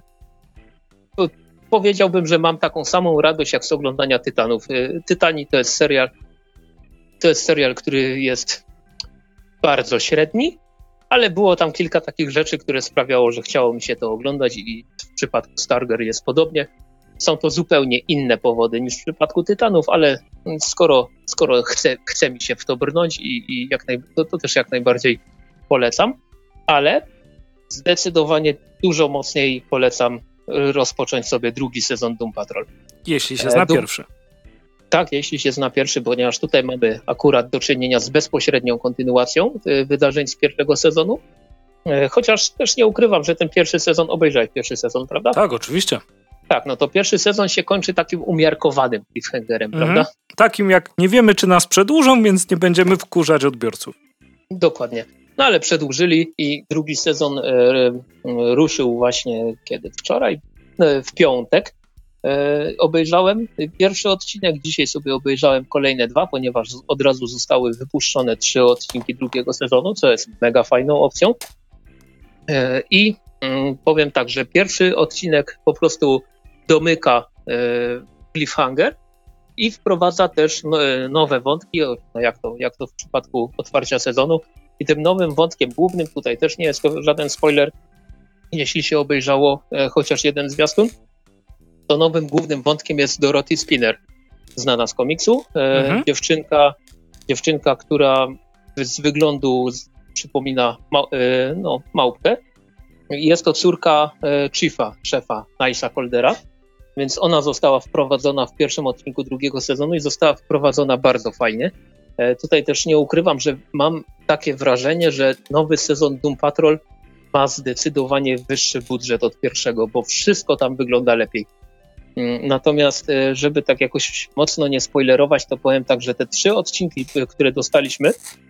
to, powiedziałbym, że mam taką samą radość jak z oglądania Tytanów. E, Tytani to jest serial, to jest serial, który jest bardzo średni, ale było tam kilka takich rzeczy, które sprawiało, że chciało mi się to oglądać i w przypadku Stargirl jest podobnie. Są to zupełnie inne powody niż w przypadku Tytanów, ale skoro, skoro chce, chce mi się w to brnąć i, i jak naj, to, to też jak najbardziej polecam, ale zdecydowanie dużo mocniej polecam rozpocząć sobie drugi sezon Doom Patrol. Jeśli się zna Doom... pierwszy. Tak, jeśli się zna pierwszy, ponieważ tutaj mamy akurat do czynienia z bezpośrednią kontynuacją wydarzeń z pierwszego sezonu. Chociaż też nie ukrywam, że ten pierwszy sezon, obejrzałeś pierwszy sezon, prawda? Tak, oczywiście. Tak, no to pierwszy sezon się kończy takim umiarkowanym cliffhangerem, mhm. prawda? Takim jak nie wiemy, czy nas przedłużą, więc nie będziemy wkurzać odbiorców. Dokładnie. No ale przedłużyli i drugi sezon e, ruszył właśnie kiedy? Wczoraj? E, w piątek. E, obejrzałem pierwszy odcinek, dzisiaj sobie obejrzałem kolejne dwa, ponieważ od razu zostały wypuszczone trzy odcinki drugiego sezonu, co jest mega fajną opcją. E, I mm, powiem tak, że pierwszy odcinek po prostu domyka e, cliffhanger i wprowadza też no, nowe wątki, no jak, to, jak to w przypadku otwarcia sezonu. I tym nowym wątkiem głównym, tutaj też nie jest to żaden spoiler, jeśli się obejrzało e, chociaż jeden zwiastun, to nowym głównym wątkiem jest Dorothy Spinner, znana z komiksu. E, mhm. dziewczynka, dziewczynka, która z wyglądu z, przypomina ma, e, no, małpkę. Jest to córka e, Chiefa, szefa Nice'a Coldera, więc ona została wprowadzona w pierwszym odcinku drugiego sezonu i została wprowadzona bardzo fajnie. E, tutaj też nie ukrywam, że mam takie wrażenie, że nowy sezon Doom Patrol ma zdecydowanie wyższy budżet od pierwszego, bo wszystko tam wygląda lepiej. Natomiast, żeby tak jakoś mocno nie spoilerować, to powiem tak, że te trzy odcinki, które dostaliśmy,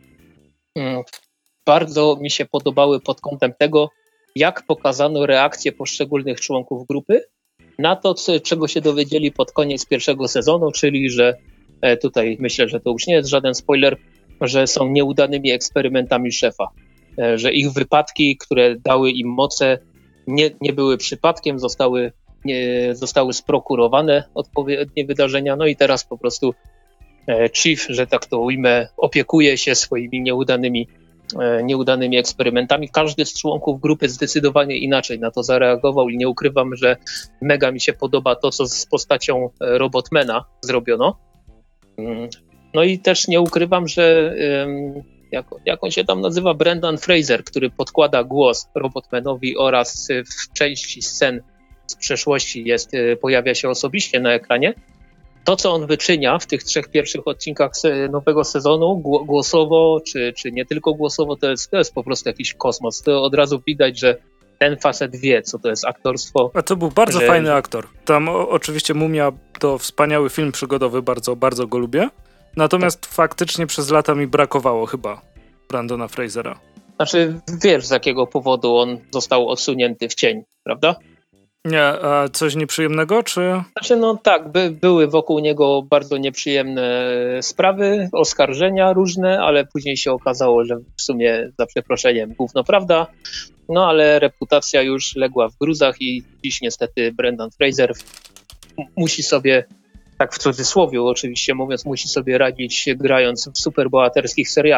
bardzo mi się podobały pod kątem tego, jak pokazano reakcje poszczególnych członków grupy na to, czego się dowiedzieli pod koniec pierwszego sezonu, czyli że tutaj myślę, że to już nie jest żaden spoiler, że są nieudanymi eksperymentami szefa, że ich wypadki, które dały im moce, nie, nie były przypadkiem, zostały Nie, zostały sprokurowane odpowiednie wydarzenia, no i teraz po prostu Chief, że tak to ujmę, opiekuje się swoimi nieudanymi, nieudanymi eksperymentami. Każdy z członków grupy zdecydowanie inaczej na to zareagował i nie ukrywam, że mega mi się podoba to, co z postacią Robotmana zrobiono. No i też nie ukrywam, że jak, jak on się tam nazywa, Brendan Fraser, który podkłada głos Robotmanowi oraz w części scen z przeszłości jest, pojawia się osobiście na ekranie. To, co on wyczynia w tych trzech pierwszych odcinkach nowego sezonu, głosowo, czy, czy nie tylko głosowo, to jest, to jest po prostu jakiś kosmos. To od razu widać, że ten facet wie, co to jest aktorstwo. A to był bardzo że... fajny aktor. Tam o, oczywiście Mumia to wspaniały film przygodowy, bardzo, bardzo go lubię. Natomiast tak. faktycznie przez lata mi brakowało chyba Brandona Frasera. Znaczy, wiesz, z jakiego powodu on został odsunięty w cień, prawda? Nie, a coś nieprzyjemnego, czy? Znaczy, no tak, by, były wokół niego bardzo nieprzyjemne sprawy, oskarżenia różne, ale później się okazało, że w sumie, za przeproszeniem, gówno prawda, no ale reputacja już legła w gruzach i dziś niestety Brendan Fraser musi sobie, tak w cudzysłowie oczywiście mówiąc, musi sobie radzić grając w superbohaterskich serialach.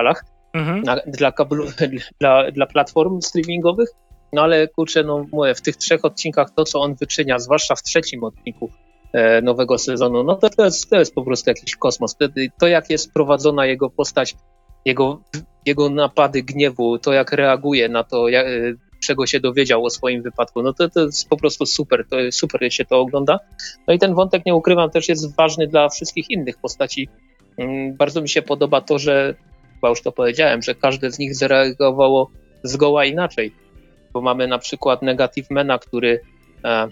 mhm. na, dla, kablu, dla, dla platform streamingowych, no ale kurczę, no mówię, w tych trzech odcinkach to, co on wyczynia, zwłaszcza w trzecim odcinku e, nowego sezonu, no to, to, jest, to jest po prostu jakiś kosmos. To, jak jest prowadzona jego postać, jego, jego napady gniewu, to jak reaguje na to, jak, czego się dowiedział o swoim wypadku, no to, to jest po prostu super, to jest super się to ogląda. No i ten wątek, nie ukrywam, też jest ważny dla wszystkich innych postaci. Bardzo mi się podoba to, że, chyba już to powiedziałem, że każde z nich zareagowało zgoła inaczej, bo mamy na przykład Negativemana, który e,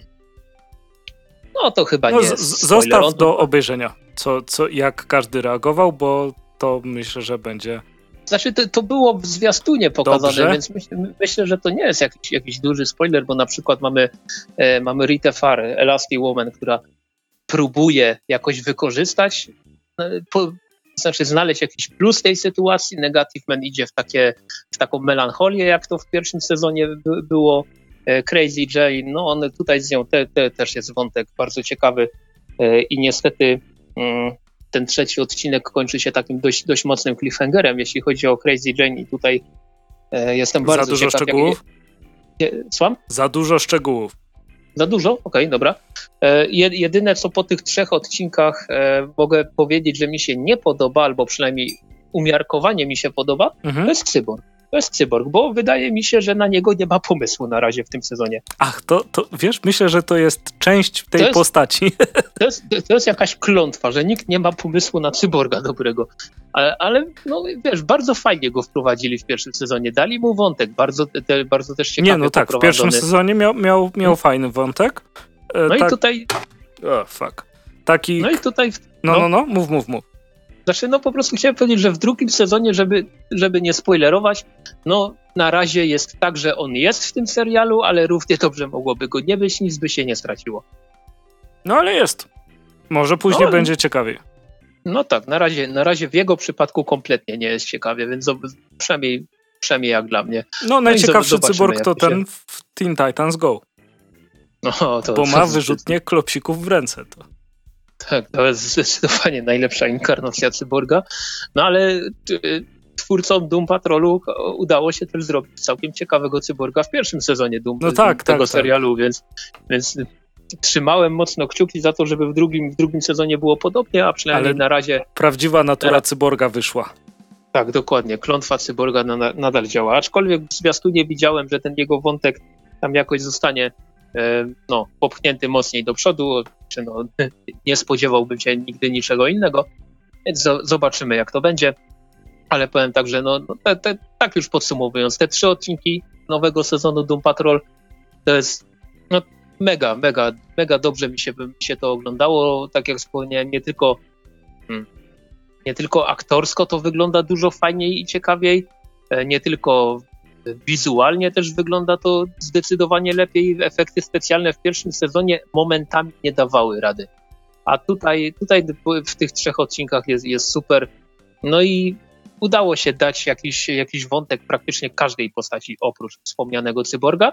no to chyba no, nie jest z- Zostaw on... do obejrzenia, co, co, jak każdy reagował, bo to myślę, że będzie... Znaczy to, to było w zwiastunie pokazane, Dobrze. Więc myśl, myślę, że to nie jest jakiś, jakiś duży spoiler, bo na przykład mamy, e, mamy Ritę Farr, Elastic Woman, która próbuje jakoś wykorzystać, e, po, znaczy znaleźć jakiś plus tej sytuacji. Negativman idzie w, takie, w taką melancholię, jak to w pierwszym sezonie by, było. E, Crazy Jane, no on tutaj z nią te, te, też jest wątek bardzo ciekawy e, i niestety... Mm, ten trzeci odcinek kończy się takim dość, dość mocnym cliffhangerem, jeśli chodzi o Crazy Jane i tutaj e, jestem bardzo Za dużo ciekaw. Szczegółów? Jak... Słucham? Za dużo szczegółów. Za dużo? Okej, okay, dobra. E, jedyne, co po tych trzech odcinkach e, mogę powiedzieć, że mi się nie podoba, albo przynajmniej umiarkowanie mi się podoba, mhm. to jest Cyborg. To jest Cyborg, bo wydaje mi się, że na niego nie ma pomysłu na razie w tym sezonie. Ach, to, to wiesz, myślę, że to jest część tej to jest, postaci. To jest, to jest jakaś klątwa, że nikt nie ma pomysłu na Cyborga dobrego. Ale, ale no wiesz, bardzo fajnie go wprowadzili w pierwszym sezonie. Dali mu wątek, bardzo, te, bardzo też ciekawie Nie, no tak, w pierwszym sezonie miał, miał, miał hmm. fajny wątek. E, no tak... i tutaj... O, oh, fuck. Taki... No i tutaj... No, no, no, no, mów, mów, mów. Znaczy, no po prostu chciałem powiedzieć, że w drugim sezonie, żeby, żeby nie spoilerować, no na razie jest tak, że on jest w tym serialu, ale równie dobrze mogłoby go nie być, nic by się nie straciło. No ale jest. Może później no, będzie ciekawiej. No tak, na razie, na razie w jego przypadku kompletnie nie jest ciekawie, więc przynajmniej, przynajmniej jak dla mnie. No najciekawszy no cyborg to ten się... w Teen Titans Go. No, to, Bo ma wyrzutnie klopsików w ręce. To. Tak, to jest zdecydowanie najlepsza inkarnacja cyborga, no ale twórcom Doom Patrolu udało się też zrobić całkiem ciekawego cyborga w pierwszym sezonie Doom, no tak, tego tak, serialu, tak. Więc, więc trzymałem mocno kciuki za to, żeby w drugim, w drugim sezonie było podobnie, a przynajmniej ale na razie... prawdziwa natura teraz... cyborga wyszła. Tak, dokładnie, klątwa cyborga na, nadal działa, aczkolwiek w zwiastunie widziałem, że ten jego wątek tam jakoś zostanie no, popchnięty mocniej do przodu, czy no, nie spodziewałbym się nigdy niczego innego, więc zobaczymy, jak to będzie, ale powiem tak, że no, te, te, tak już podsumowując, te trzy odcinki nowego sezonu Doom Patrol to jest no, mega, mega, mega dobrze mi się, mi się to oglądało, tak jak wspomniałem, nie tylko hmm, nie tylko aktorsko to wygląda dużo fajniej i ciekawiej, nie tylko wizualnie też wygląda to zdecydowanie lepiej. Efekty specjalne w pierwszym sezonie momentami nie dawały rady. A tutaj, tutaj w tych trzech odcinkach jest, jest super. No i udało się dać jakiś, jakiś wątek praktycznie każdej postaci oprócz wspomnianego cyborga.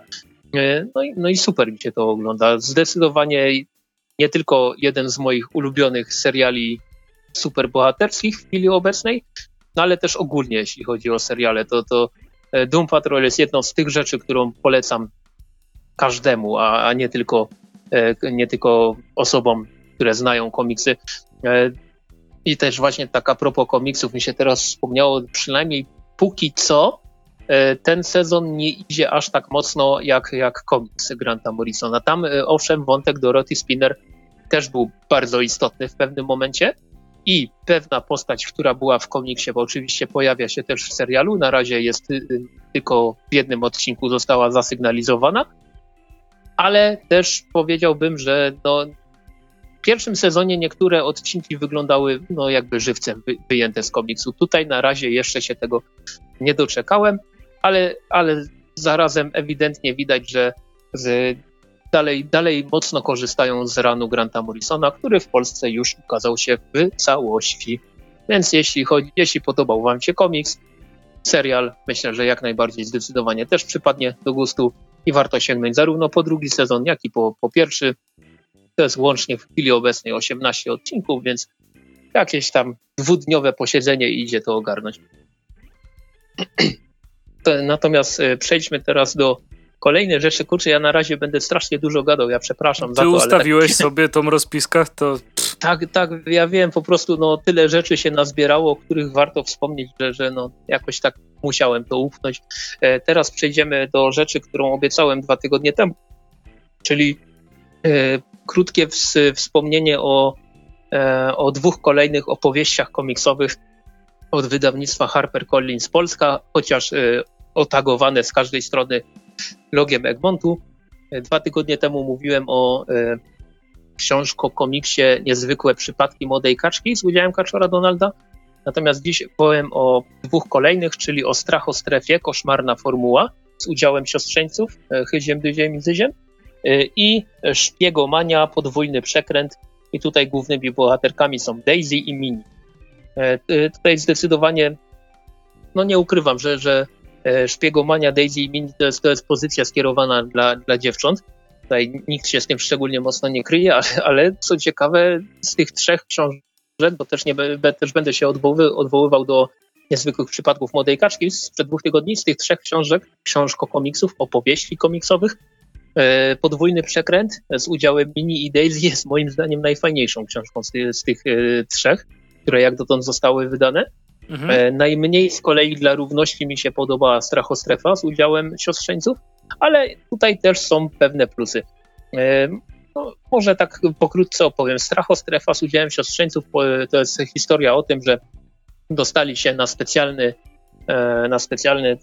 No i, no i super mi się to ogląda. Zdecydowanie nie tylko jeden z moich ulubionych seriali superbohaterskich w chwili obecnej, no ale też ogólnie jeśli chodzi o seriale, to, to Doom Patrol jest jedną z tych rzeczy, którą polecam każdemu, a, a nie, tylko, nie tylko osobom, które znają komiksy. I też właśnie tak a propos komiksów mi się teraz wspomniało, przynajmniej póki co ten sezon nie idzie aż tak mocno jak, jak komiks Granta Morrisona. Tam owszem wątek Dorothy Spinner też był bardzo istotny w pewnym momencie i pewna postać, która była w komiksie, bo oczywiście pojawia się też w serialu, na razie jest tylko w jednym odcinku została zasygnalizowana, ale też powiedziałbym, że no, w pierwszym sezonie niektóre odcinki wyglądały no, jakby żywcem wy, wyjęte z komiksu. Tutaj na razie jeszcze się tego nie doczekałem, ale, ale zarazem ewidentnie widać, że z, dalej, dalej mocno korzystają z ranu Granta Morrisona, który w Polsce już ukazał się w całości. Więc jeśli, chodzi, jeśli podobał wam się komiks, serial, myślę, że jak najbardziej zdecydowanie też przypadnie do gustu i warto sięgnąć zarówno po drugi sezon, jak i po, po pierwszy. To jest łącznie w chwili obecnej osiemnaście odcinków, więc jakieś tam dwudniowe posiedzenie i idzie to ogarnąć. Natomiast przejdźmy teraz do kolejnej rzeczy. Kurczę, ja na razie będę strasznie dużo gadał, ja przepraszam Ty za to. Ty ustawiłeś tak... sobie tą rozpiskę, to... Tak, tak, ja wiem, po prostu no, tyle rzeczy się nazbierało, o których warto wspomnieć, że, że no, jakoś tak musiałem to upchnąć. E, teraz przejdziemy do rzeczy, którą obiecałem dwa tygodnie temu, czyli e, krótkie ws, wspomnienie o, e, o dwóch kolejnych opowieściach komiksowych od wydawnictwa HarperCollins Polska, chociaż e, otagowane z każdej strony logiem Egmontu. E, dwa tygodnie temu mówiłem o e, książko komiksie Niezwykłe przypadki młodej kaczki z udziałem Kaczora Donalda. Natomiast dziś powiem o dwóch kolejnych, czyli o Strach o strefie, koszmarna formuła z udziałem siostrzeńców Hyziem, Dyziem i Zyziem i Szpiegomania, podwójny przekręt. I tutaj głównymi bohaterkami są Daisy i Minnie. Tutaj zdecydowanie, no nie ukrywam, że, że Szpiegomania, Daisy i Minnie to jest, to jest pozycja skierowana dla, dla dziewcząt. Tutaj nikt się z tym szczególnie mocno nie kryje, ale, ale co ciekawe, z tych trzech książek, bo też, nie, też będę się odwoływał, odwoływał do Niezwykłych przypadków młodej kaczki sprzed dwóch tygodni, z tych trzech książek, książko komiksów, opowieści komiksowych, e, podwójny przekręt z udziałem Minnie i Daisy jest moim zdaniem najfajniejszą książką z, ty, z tych e, trzech, które jak dotąd zostały wydane. Mhm. E, najmniej z kolei dla równości mi się podoba Strach o strefę z udziałem siostrzeńców, ale tutaj też są pewne plusy. E, no, może tak pokrótce opowiem. Strach o strefę z udziałem siostrzeńców to jest historia o tym, że dostali się na specjalny, e, na specjalny,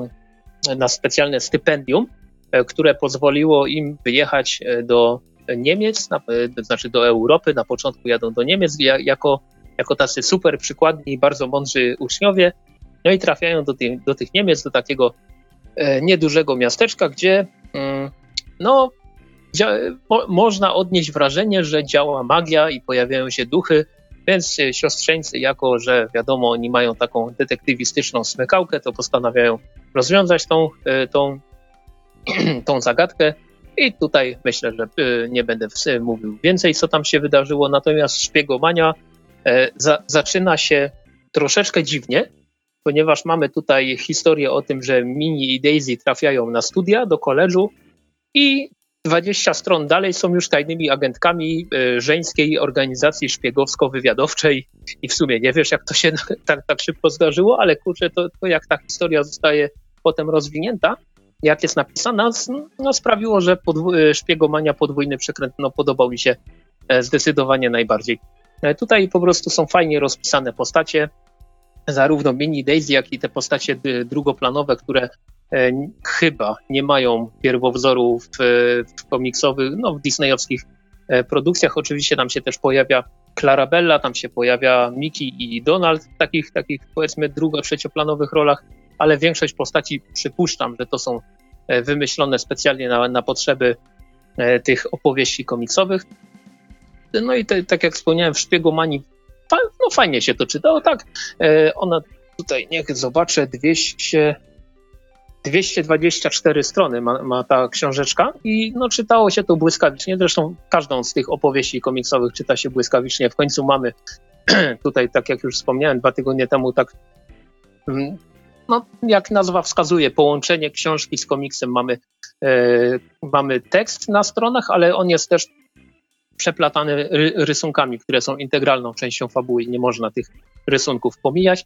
e, na specjalne stypendium, e, które pozwoliło im wyjechać do Niemiec, na, to znaczy do Europy. Na początku jadą do Niemiec jako, jako tacy super przykładni i bardzo mądrzy uczniowie. No i trafiają do tych, do tych Niemiec, do takiego niedużego miasteczka, gdzie no, dzia- mo- można odnieść wrażenie, że działa magia i pojawiają się duchy, więc siostrzeńcy, jako że wiadomo, oni mają taką detektywistyczną smykałkę, to postanawiają rozwiązać tą, tą, tą zagadkę i tutaj myślę, że nie będę mówił więcej, co tam się wydarzyło, natomiast Szpiegomania za- zaczyna się troszeczkę dziwnie, ponieważ mamy tutaj historię o tym, że Minnie i Daisy trafiają na studia do koledżu i dwadzieścia stron dalej są już tajnymi agentkami y, żeńskiej organizacji szpiegowsko-wywiadowczej i w sumie nie wiesz, jak to się tak, tak szybko zdarzyło, ale kurczę, to, to jak ta historia zostaje potem rozwinięta, jak jest napisana, no, sprawiło, że podw- Szpiegomania, podwójny przekręt no, podobał mi się zdecydowanie najbardziej. Tutaj po prostu są fajnie rozpisane postacie, zarówno Minnie, Daisy, jak i te postacie drugoplanowe, które e, chyba nie mają pierwowzoru w, w komiksowych, no w disneyowskich e, produkcjach. Oczywiście tam się też pojawia Clarabella, tam się pojawia Mickey i Donald w takich, takich powiedzmy drugo-, trzecioplanowych rolach, ale większość postaci przypuszczam, że to są e, wymyślone specjalnie na, na potrzeby e, tych opowieści komiksowych. No i te, tak jak wspomniałem, w Szpiegomanii no fajnie się to czytało, tak. E, ona tutaj, niech zobaczę, dwieście, dwieście dwadzieścia cztery strony ma, ma ta książeczka i no czytało się to błyskawicznie. Zresztą każdą z tych opowieści komiksowych czyta się błyskawicznie. W końcu mamy tutaj, tak jak już wspomniałem, dwa tygodnie temu, tak no, jak nazwa wskazuje, połączenie książki z komiksem. Mamy, e, mamy tekst na stronach, ale on jest też przeplatane rysunkami, które są integralną częścią fabuły i nie można tych rysunków pomijać.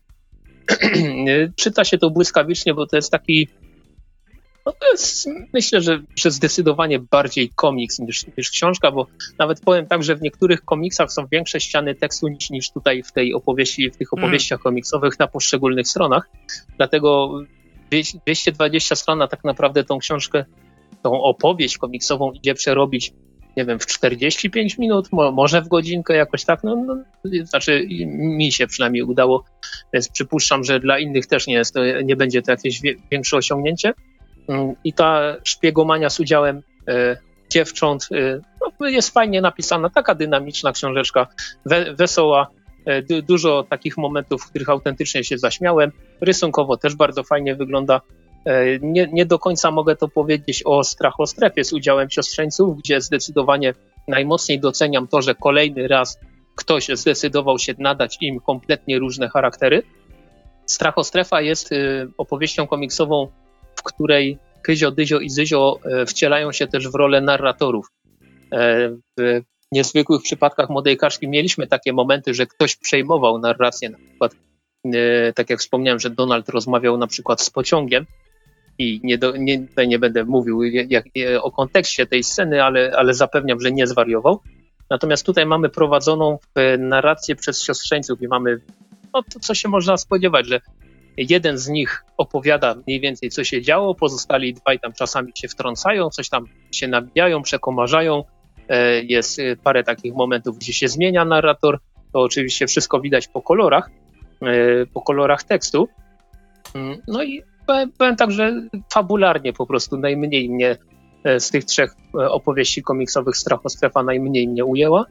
Czyta się to błyskawicznie, bo to jest taki, no to jest, myślę, że, że zdecydowanie bardziej komiks niż, niż książka, bo nawet powiem tak, że w niektórych komiksach są większe ściany tekstu niż, niż tutaj w tej opowieści, w tych opowieściach mm. komiksowych na poszczególnych stronach. Dlatego dwieście dwadzieścia stron, a tak naprawdę tą książkę, tą opowieść komiksową idzie przerobić, nie wiem, w czterdzieści pięć minut, mo- może w godzinkę, jakoś tak, no, no, znaczy mi się przynajmniej udało, więc przypuszczam, że dla innych też nie jest, to, nie będzie to jakieś wie- większe osiągnięcie. I ta Szpiegomania z udziałem e, dziewcząt e, no, jest fajnie napisana, taka dynamiczna książeczka, we- wesoła, e, du- dużo takich momentów, w których autentycznie się zaśmiałem, rysunkowo też bardzo fajnie wygląda. Nie, nie do końca mogę to powiedzieć o Strach o strefie z udziałem siostrzeńców, gdzie zdecydowanie najmocniej doceniam to, że kolejny raz ktoś zdecydował się nadać im kompletnie różne charaktery. Strachostrefa jest opowieścią komiksową, w której Kyzio, Dyzio i Zyzio wcielają się też w rolę narratorów. W niezwykłych przypadkach Młodej Kaczki mieliśmy takie momenty, że ktoś przejmował narrację, na przykład tak jak wspomniałem, że Donald rozmawiał na przykład z pociągiem i nie, do, nie, tutaj nie będę mówił jak, o kontekście tej sceny, ale, ale zapewniam, że nie zwariował. Natomiast tutaj mamy prowadzoną narrację przez siostrzeńców i mamy no to, co się można spodziewać, że jeden z nich opowiada mniej więcej, co się działo, pozostali dwaj tam czasami się wtrącają, coś tam się nabijają, przekomarzają. Jest parę takich momentów, gdzie się zmienia narrator. To oczywiście wszystko widać po kolorach, po kolorach tekstu. No i powiem, powiem tak, że fabularnie po prostu najmniej mnie z tych trzech opowieści komiksowych Strachostrefa najmniej mnie ujęła.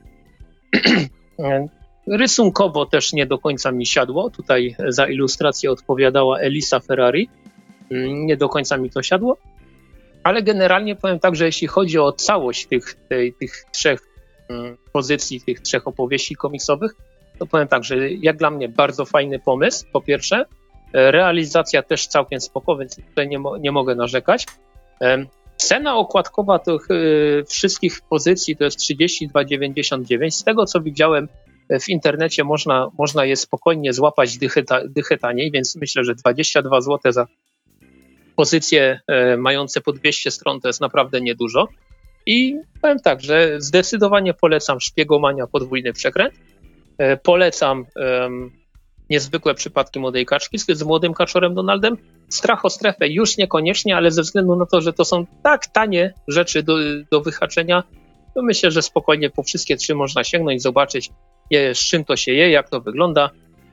Rysunkowo też nie do końca mi siadło. Tutaj za ilustrację odpowiadała Elisa Ferrari. Nie do końca mi to siadło. Ale generalnie powiem tak, że jeśli chodzi o całość tych, tej, tych trzech pozycji, tych trzech opowieści komiksowych, to powiem tak, że jak dla mnie bardzo fajny pomysł, po pierwsze. Realizacja też całkiem spoko, więc tutaj nie, mo- nie mogę narzekać. Cena okładkowa tych y, wszystkich pozycji to jest trzydzieści dwa dziewięćdziesiąt dziewięć. Z tego, co widziałem w internecie, można, można je spokojnie złapać dychę, ta, dychę taniej, więc myślę, że dwadzieścia dwa złote za pozycje y, mające po dwieście stron to jest naprawdę niedużo. I powiem tak, że zdecydowanie polecam Szpiegomania Podwójny Przekręt. Y, polecam y, Niezwykłe przypadki Młodej Kaczki z, z Młodym Kaczorem Donaldem. Strachostrefę już niekoniecznie, ale ze względu na to, że to są tak tanie rzeczy do, do wyhaczenia, to myślę, że spokojnie po wszystkie trzy można sięgnąć, zobaczyć je, z czym to się je, jak to wygląda.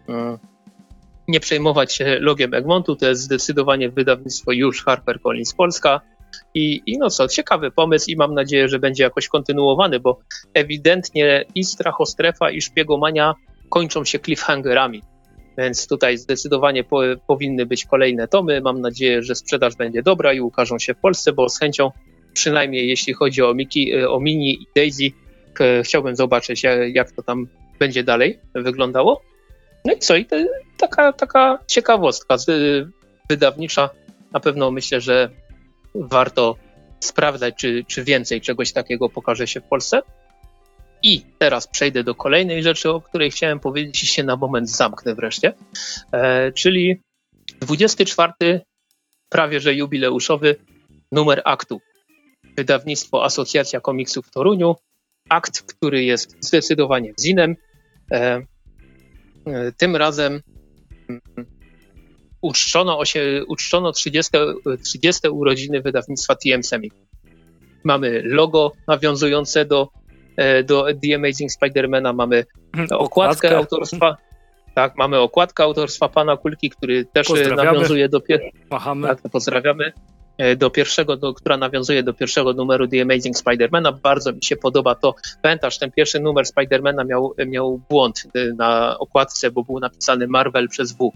Nie przejmować się logiem Egmontu, to jest zdecydowanie wydawnictwo już HarperCollins Polska. I, I no co, ciekawy pomysł i mam nadzieję, że będzie jakoś kontynuowany, bo ewidentnie i Strachostrefa, i Szpiegomania kończą się cliffhangerami. Więc tutaj zdecydowanie po, powinny być kolejne tomy. Mam nadzieję, że sprzedaż będzie dobra i ukażą się w Polsce, bo z chęcią, przynajmniej jeśli chodzi o, Miki, o Mini i Daisy, chciałbym zobaczyć, jak, jak to tam będzie dalej wyglądało. No i co? I to, taka, taka ciekawostka wydawnicza. Na pewno myślę, że warto sprawdzać, czy, czy więcej czegoś takiego pokaże się w Polsce. I teraz przejdę do kolejnej rzeczy, o której chciałem powiedzieć i się na moment zamknę wreszcie, e, czyli dwudziesty czwarty, prawie że jubileuszowy numer Aktu. Wydawnictwo Asocjacja Komiksów w Toruniu. Akt, który jest zdecydowanie zinem. E, e, tym razem mm, uczczono, osie, uczczono trzydzieste, trzydzieste urodziny wydawnictwa T M Semik. Mamy logo nawiązujące do do The Amazing Spider-Mana, mamy okładkę, okładkę autorstwa, tak, mamy okładkę autorstwa pana Kulki, który też nawiązuje do, pier- tak, pozdrawiamy, do pierwszego, do, która nawiązuje do pierwszego numeru The Amazing Spider-Mana. Bardzo mi się podoba to. Pamiętasz, ten pierwszy numer Spider-Mana miał, miał błąd na okładce, bo był napisany Marvel przez W.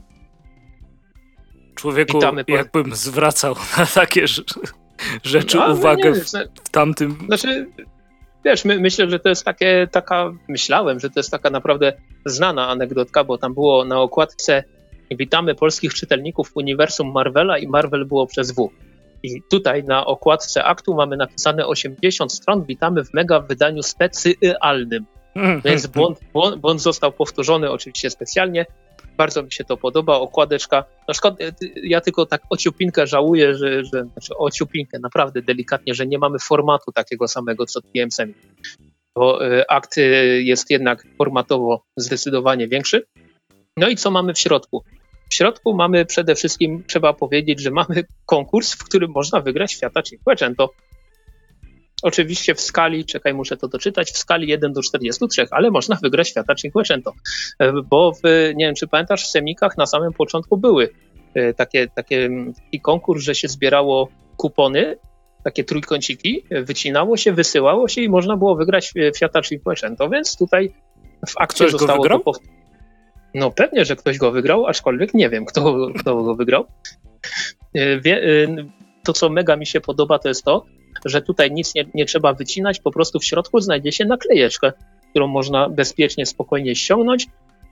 Człowieku, Witamy jakbym po... zwracał na takie rzeczy no, uwagę nie, w tamtym... Znaczy... Wiesz, my, myślę, że to jest takie, taka, myślałem, że to jest taka naprawdę znana anegdotka, bo tam było na okładce witamy polskich czytelników uniwersum Marvela i Marvel było przez W. I tutaj na okładce Aktu mamy napisane osiemdziesiąt stron, witamy w mega wydaniu specjalnym. Więc błąd, błąd, błąd został powtórzony oczywiście specjalnie. Bardzo mi się to podoba, okładeczka. Na przykład ja tylko tak ociupinkę żałuję, że, że znaczy ociupinkę, naprawdę delikatnie, że nie mamy formatu takiego samego co T M Semik. Bo y, akt y, jest jednak formatowo zdecydowanie większy. No i co mamy w środku? W środku mamy przede wszystkim, trzeba powiedzieć, że mamy konkurs, w którym można wygrać Fiata Cinquecento. Oczywiście w skali, czekaj, muszę to doczytać, w skali jeden do czterdziestu trzech, ale można wygrać Fiata Cinquecento. Bo w, nie wiem, czy pamiętasz, w Semikach na samym początku były takie, takie, taki konkurs, że się zbierało kupony, takie trójkąciki, wycinało się, wysyłało się i można było wygrać Fiata Cinquecento, więc tutaj w akcie Ktoś zostało go to pow... No pewnie, że ktoś go wygrał, aczkolwiek nie wiem, kto, kto go wygrał. Wie, to, co mega mi się podoba, to jest to, że tutaj nic nie, nie trzeba wycinać, po prostu w środku znajdzie się naklejeczkę, którą można bezpiecznie, spokojnie ściągnąć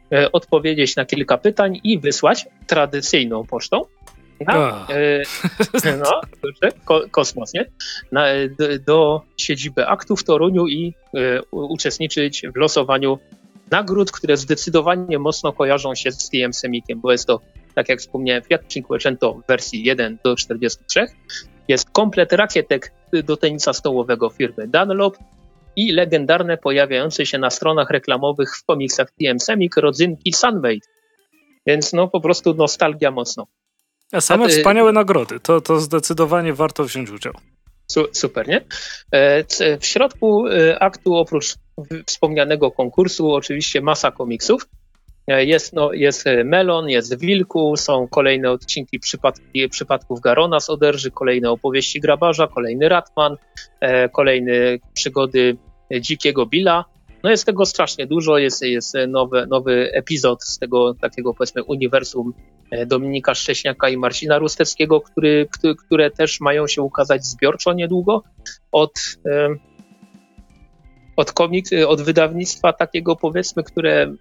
e, odpowiedzieć na kilka pytań i wysłać tradycyjną pocztą na, e, no, ko, kosmos, nie? Na, do, do siedziby Aktu w Toruniu i e, uczestniczyć w losowaniu nagród, które zdecydowanie mocno kojarzą się z T M Semikiem, bo jest to, tak jak wspomniałem, Fiat Cinquecento w wersji jeden do czterdziestu trzech, jest komplet rakietek do tenisa stołowego firmy Dunlop i legendarne, pojawiające się na stronach reklamowych w komiksach T M Semik rodzynki Sunmade. Więc no po prostu nostalgia mocno. A same At, wspaniałe nagrody, to, to zdecydowanie warto wziąć udział. Su, super, nie? W środku aktu, oprócz wspomnianego konkursu, oczywiście masa komiksów. Jest, no, jest Melon, jest Wilku, są kolejne odcinki przypadki, przypadków Garona z Oderży, kolejne opowieści Grabarza, kolejny Ratman, e, kolejne przygody Dzikiego Billa. No jest tego strasznie dużo, jest, jest nowy, nowy epizod z tego takiego, powiedzmy, uniwersum Dominika Szcześniaka i Marcina Rusteckiego, który, które też mają się ukazać zbiorczo niedługo od, e, od, komik, od wydawnictwa takiego, powiedzmy, które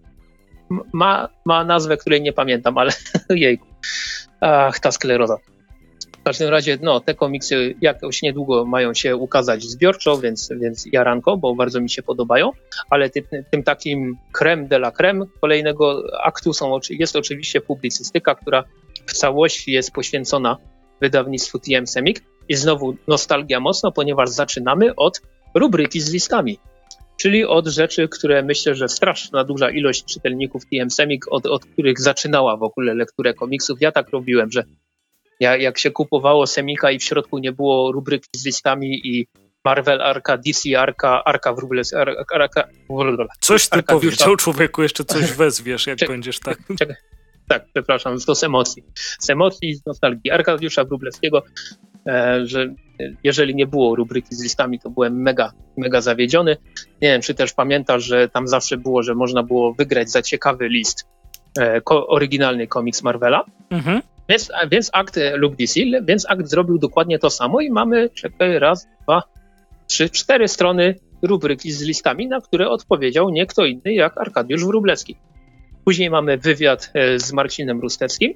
Ma, ma nazwę, której nie pamiętam, ale jejku, ach, ta skleroza. W każdym razie, no, te komiksy jakoś niedługo mają się ukazać zbiorczo, więc, więc jaranko, bo bardzo mi się podobają, ale tym, tym takim creme de la creme kolejnego aktu są, jest oczywiście publicystyka, która w całości jest poświęcona wydawnictwu T M Semik i znowu nostalgia mocno, ponieważ zaczynamy od rubryki z listami. Czyli od rzeczy, które myślę, że straszna duża ilość czytelników T M Semik, od, od których zaczynała w ogóle lekturę komiksów. Ja tak robiłem, że ja, jak się kupowało Semika i w środku nie było rubryki z listami i Marvel Arka, D C Arka, Arka Wróblewskiego, Arka, Arka... Coś ty powiedział, człowieku, jeszcze coś wezwiesz, jak czekaj, będziesz tak... Czekaj. Tak, przepraszam, to z emocji. Z emocji, z nostalgii. Arkadiusza Wróblewskiego, e, że jeżeli nie było rubryki z listami, to byłem mega, mega zawiedziony. Nie wiem, czy też pamiętasz, że tam zawsze było, że można było wygrać za ciekawy list e, ko- oryginalny komiks Marvela. Mhm. Więc, więc akt lub D C, więc akt zrobił dokładnie to samo i mamy, czekaj, raz, dwa, trzy, cztery strony rubryki z listami, na które odpowiedział nie kto inny jak Arkadiusz Wróblewski. Później mamy wywiad z Marcinem Rusteckim,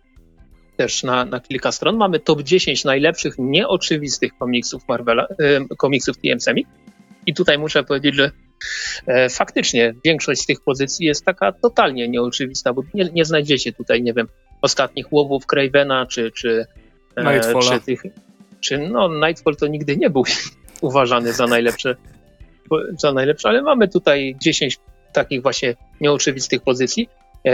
też na, na kilka stron. Mamy top dziesięć najlepszych, nieoczywistych komiksów Marvela, komiksów T M Semik. I tutaj muszę powiedzieć, że e, faktycznie większość z tych pozycji jest taka totalnie nieoczywista, bo nie, nie znajdziecie tutaj, nie wiem, ostatnich łowów Cravena, czy, czy, e, czy tych... Czy, no, Nightfall to nigdy nie był uważany za najlepsze, za najlepsze, ale mamy tutaj dziesięć takich właśnie nieoczywistych pozycji.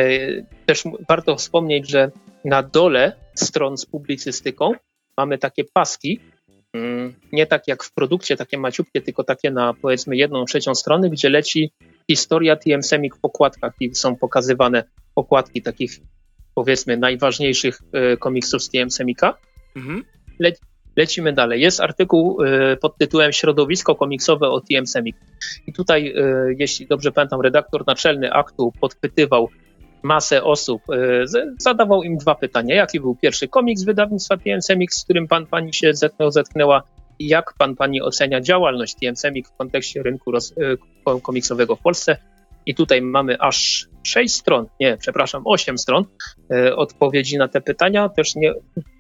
Też warto wspomnieć, że na dole stron z publicystyką mamy takie paski, nie tak jak w produkcie, takie maciupkie, tylko takie na, powiedzmy, jedną trzecią strony, gdzie leci historia T M Semik w pokładkach i są pokazywane pokładki takich, powiedzmy, najważniejszych komiksów z T M Semika. Mhm. Le- lecimy dalej. Jest artykuł pod tytułem Środowisko komiksowe o T M Semik. I tutaj, jeśli dobrze pamiętam, redaktor naczelny aktu podpytywał masę osób, zadawał im dwa pytania. Jaki był pierwszy komiks wydawnictwa T M Semik, z którym pan pani się zetknął, zetknęła i jak pan pani ocenia działalność T M Semik w kontekście rynku roz, komiksowego w Polsce? I tutaj mamy aż sześć stron, nie, przepraszam, osiem stron odpowiedzi na te pytania. Też nie,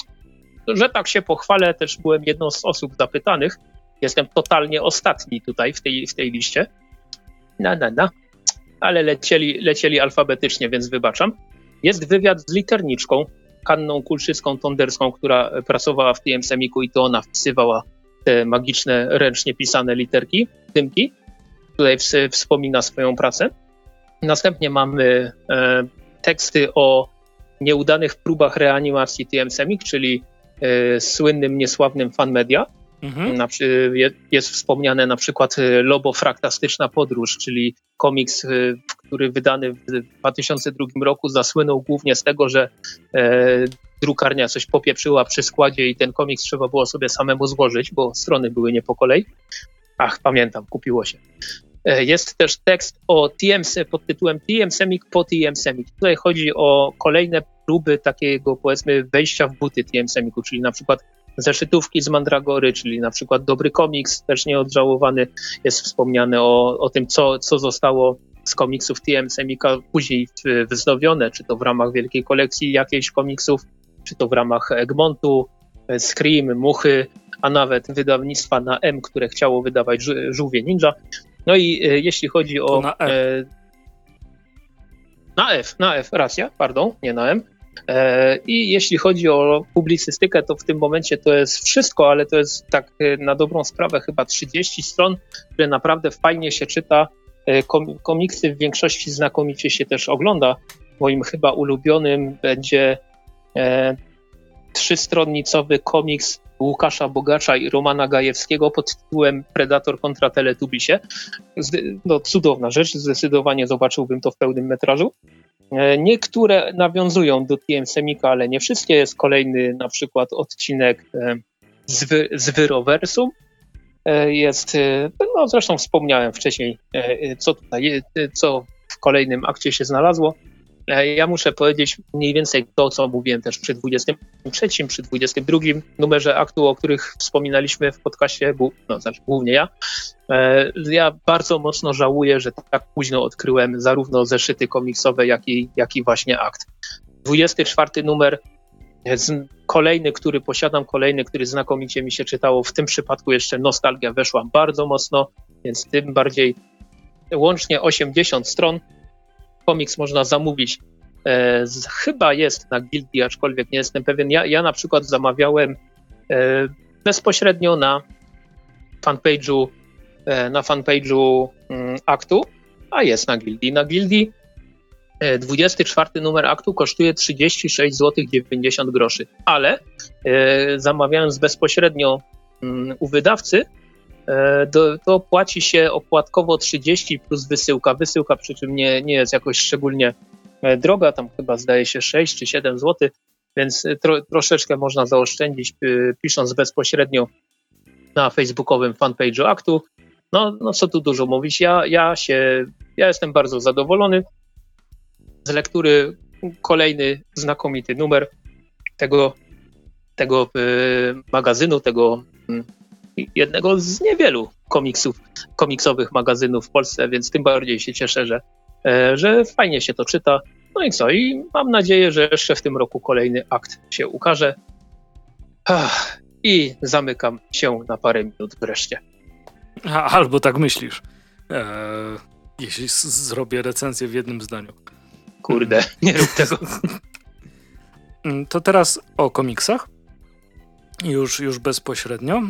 że tak się pochwalę, też byłem jedną z osób zapytanych. Jestem totalnie ostatni tutaj w tej, w tej liście. Na, na, na. Ale lecieli, lecieli alfabetycznie, więc wybaczam. Jest wywiad z literniczką, Hanną Kulszycką-Tonderską, która pracowała w T M Semiku i to ona wpisywała te magiczne, ręcznie pisane literki, tymki. Tutaj w, wspomina swoją pracę. Następnie mamy e, teksty o nieudanych próbach reanimacji T M Semik, czyli e, słynnym, niesławnym Fan Media. Mhm. Na, jest, jest wspomniane na przykład Lobofraktastyczna Podróż, czyli komiks, który wydany w dwa tysiące drugim roku zasłynął głównie z tego, że e, drukarnia coś popieprzyła przy składzie i ten komiks trzeba było sobie samemu złożyć, bo strony były nie po kolei. Ach, pamiętam, kupiło się. E, jest też tekst o T M pod tytułem T M Semik po T M Semik. Tutaj chodzi o kolejne próby takiego, powiedzmy, wejścia w buty T M Semiku, czyli na przykład zeszytówki z Mandragory, czyli na przykład Dobry Komiks, też nieodżałowany, jest wspomniane o, o tym, co, co zostało z komiksów T M Semika, później wznowione, czy to w ramach wielkiej kolekcji jakiejś komiksów, czy to w ramach Egmontu, Scream, Muchy, a nawet wydawnictwa na M, które chciało wydawać Żółwie Ninja. No i e, jeśli chodzi o... Na F. E, na F, na F, racja, pardon, nie na M. E, I jeśli chodzi o publicystykę, to w tym momencie to jest wszystko, ale to jest tak e, na dobrą sprawę chyba trzydzieści stron, które naprawdę fajnie się czyta. E, kom, komiksy w większości znakomicie się też ogląda. Moim chyba ulubionym będzie e, trzystronnicowy komiks Łukasza Bogacza i Romana Gajewskiego pod tytułem Predator kontra Teletubisie. No, cudowna rzecz, zdecydowanie zobaczyłbym to w pełnym metrażu. Niektóre nawiązują do T M Semika, ale nie wszystkie. Jest kolejny na przykład odcinek z, wy, z Wyrowersum. Jest, no zresztą wspomniałem wcześniej, co tutaj, co w kolejnym akcie się znalazło. Ja muszę powiedzieć mniej więcej to, co mówiłem też przy dwudziestym trzecim, przy dwudziestym drugim numerze aktu, o których wspominaliśmy w podcaście, no znaczy głównie ja. Ja bardzo mocno żałuję, że tak późno odkryłem zarówno zeszyty komiksowe, jak i, jak i właśnie akt. dwudziesty czwarty numer, kolejny, który posiadam, kolejny, który znakomicie mi się czytało. W tym przypadku jeszcze nostalgia weszła bardzo mocno, więc tym bardziej łącznie osiemdziesiąt stron. Komiks można zamówić. E, z, chyba jest na Gildii, aczkolwiek nie jestem pewien. Ja, ja na przykład zamawiałem e, bezpośrednio na fanpage'u e, na fanpage'u mm, aktu, a jest na Gildii. Na Gildii e, dwudziesty czwarty numer aktu kosztuje trzydzieści sześć złotych dziewięćdziesiąt groszy, ale e, zamawiając bezpośrednio mm, u wydawcy, To, to płaci się opłatkowo trzydzieści plus wysyłka. Wysyłka przy czym nie, nie jest jakoś szczególnie droga, tam chyba zdaje się sześć czy siedem złotych, więc tro, troszeczkę można zaoszczędzić pisząc bezpośrednio na facebookowym fanpage'u aktu. No, no co tu dużo mówić, ja, ja, się, ja jestem bardzo zadowolony z lektury. Kolejny znakomity numer tego, tego magazynu, tego jednego z niewielu komiksów, komiksowych magazynów w Polsce, więc tym bardziej się cieszę, że, że fajnie się to czyta. No i co? I mam nadzieję, że jeszcze w tym roku kolejny akt się ukaże. I zamykam się na parę minut wreszcie. Albo tak myślisz. Eee, jeśli z- zrobię recenzję w jednym zdaniu. Kurde, nie rób tego. To teraz o komiksach. Już, już bezpośrednio.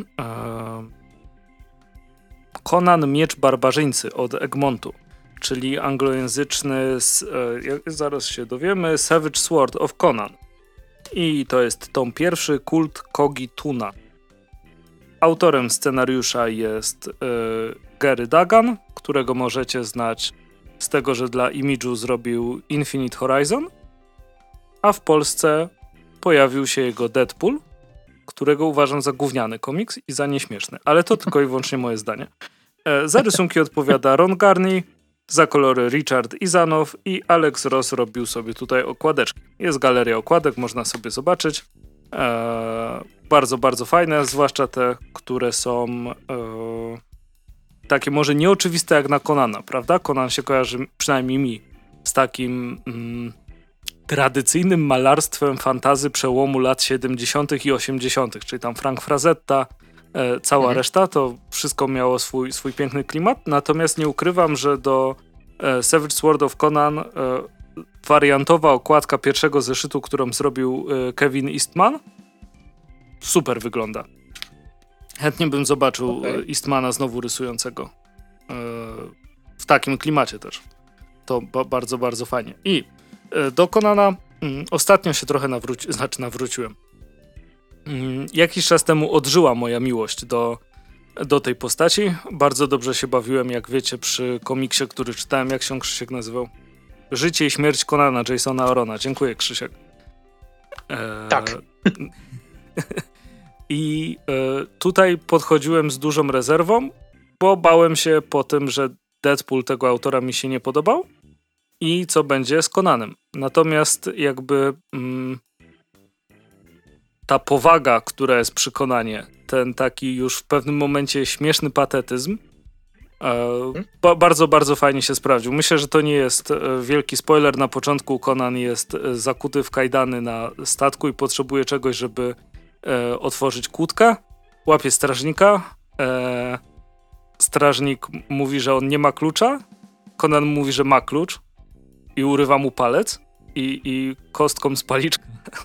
Conan Miecz Barbarzyńcy od Egmontu, czyli anglojęzyczny, z, e, zaraz się dowiemy, Savage Sword of Conan. I to jest tom pierwszy, Kult Kogi Tuna. Autorem scenariusza jest e, Gary Duggan, którego możecie znać z tego, że dla Image'u zrobił Infinite Horizon, a w Polsce pojawił się jego Deadpool, którego uważam za gówniany komiks i za nieśmieszny, ale to tylko i wyłącznie moje zdanie. E, za rysunki odpowiada Ron Garney, za kolory Richard Izanow i Alex Ross robił sobie tutaj okładeczki. Jest galeria okładek, można sobie zobaczyć. E, bardzo, bardzo fajne, zwłaszcza te, które są e, takie może nieoczywiste jak na Conana, prawda? Conan się kojarzy, przynajmniej mi, z takim mm, tradycyjnym malarstwem fantasy przełomu lat siedemdziesiątych i osiemdziesiątych, czyli tam Frank Frazetta, e, cała mhm. reszta, to wszystko miało swój, swój piękny klimat, natomiast nie ukrywam, że do e, Savage Sword of Conan e, wariantowa okładka pierwszego zeszytu, którą zrobił e, Kevin Eastman, super wygląda. Chętnie bym zobaczył okay. Eastmana znowu rysującego e, w takim klimacie też. To ba- bardzo, bardzo fajnie. I do Conana mm, ostatnio się trochę nawróci, znaczy nawróciłem. Mm, jakiś czas temu odżyła moja miłość do, do tej postaci. Bardzo dobrze się bawiłem, jak wiecie, przy komiksie, który czytałem. Jak się Krzysiek nazywał? Życie i śmierć Conana, Jasona Arona. Dziękuję, Krzysiek. Eee, tak. I e, tutaj podchodziłem z dużą rezerwą, bo bałem się po tym, że Deadpool tego autora mi się nie podobał. I co będzie z Conanem. Natomiast jakby mm, ta powaga, która jest przy Conanie, ten taki już w pewnym momencie śmieszny patetyzm, Ba- bardzo, bardzo fajnie się sprawdził. Myślę, że to nie jest wielki spoiler. Na początku Conan jest zakuty w kajdany na statku i potrzebuje czegoś, żeby e, otworzyć kłódkę. Łapie strażnika. E, strażnik mówi, że on nie ma klucza. Conan mówi, że ma klucz i urywa mu palec i, i kostką z paliczką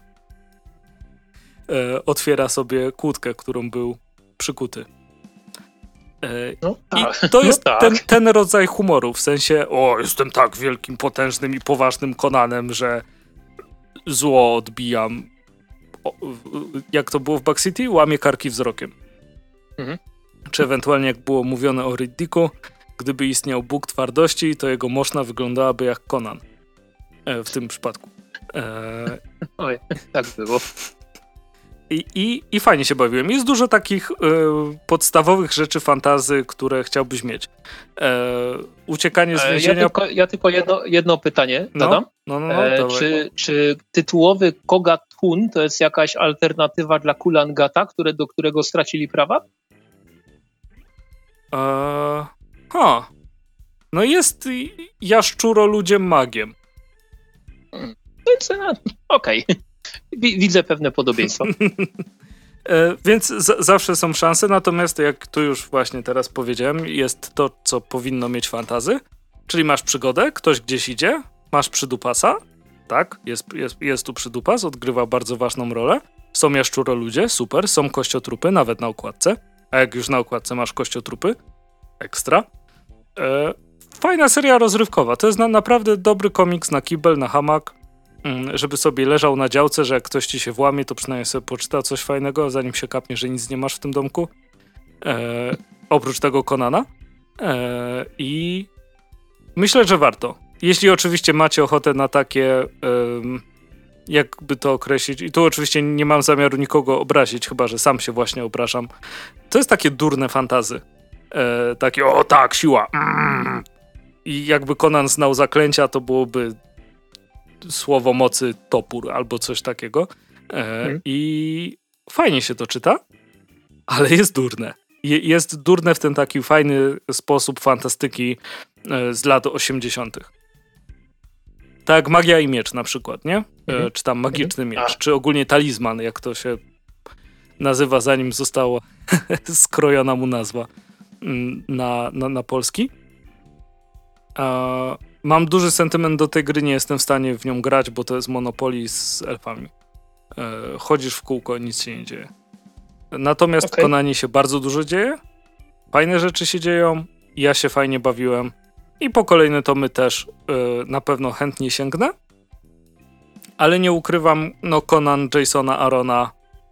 e, otwiera sobie kłódkę, którą był przykuty. No, I to jest no tak. ten, ten rodzaj humoru, w sensie o, jestem tak wielkim, potężnym i poważnym Conanem, że zło odbijam. O, jak to było w Bug City? Łamie karki wzrokiem. Mhm. Czy ewentualnie jak było mówione o Riddicku, gdyby istniał Bóg twardości, to jego moszna wyglądałaby jak Conan. E, w tym przypadku. E... Oj, tak było. I, i, I fajnie się bawiłem. Jest dużo takich y, podstawowych rzeczy fantazy, które chciałbyś mieć. E, uciekanie z więzienia... Ja tylko, ja tylko jedno, jedno pytanie no, zadam. No, no, no, e, czy, czy tytułowy Koga-tun to jest jakaś alternatywa dla Kulangata, które, do którego stracili prawa? E, ha. No jest jaszczuro ludziem magiem. Hmm. Okej. Okay. Widzę pewne podobieństwa. e, więc z- zawsze są szanse, natomiast jak tu już właśnie teraz powiedziałem, jest to, co powinno mieć fantazy, czyli masz przygodę, ktoś gdzieś idzie, masz przydupasa, tak, jest, jest, jest tu przydupas, odgrywa bardzo ważną rolę, są jaszczuro ludzie, super, są kościotrupy, nawet na okładce, a jak już na okładce masz kościotrupy, ekstra. E, fajna seria rozrywkowa, to jest na, naprawdę dobry komiks na kibel, na hamak, żeby sobie leżał na działce, że jak ktoś ci się włamie, to przynajmniej sobie poczyta coś fajnego, zanim się kapnie, że nic nie masz w tym domku. E, oprócz tego Conana. E, I myślę, że warto. Jeśli oczywiście macie ochotę na takie, e, jakby to określić, i tu oczywiście nie mam zamiaru nikogo obrazić, chyba że sam się właśnie obrażam. To jest takie durne fantazy. E, takie, o tak, siła. Mm. I jakby Conan znał zaklęcia, to byłoby słowo mocy topór albo coś takiego. E, hmm. I fajnie się to czyta, ale jest durne. Je, jest durne w ten taki fajny sposób fantastyki e, z lat osiemdziesiątych. Tak jak Magia i Miecz na przykład, nie? E, czy tam Magiczny Miecz, A. czy ogólnie Talizman, jak to się nazywa, zanim została skrojona mu nazwa na, na, na polski. A mam duży sentyment do tej gry, nie jestem w stanie w nią grać, bo to jest Monopoly z elfami. E, chodzisz w kółko, nic się nie dzieje. Natomiast okay. w Conanie się bardzo dużo dzieje, fajne rzeczy się dzieją, ja się fajnie bawiłem i po kolejne tomy też e, na pewno chętnie sięgnę, ale nie ukrywam, no Conan Jasona Arona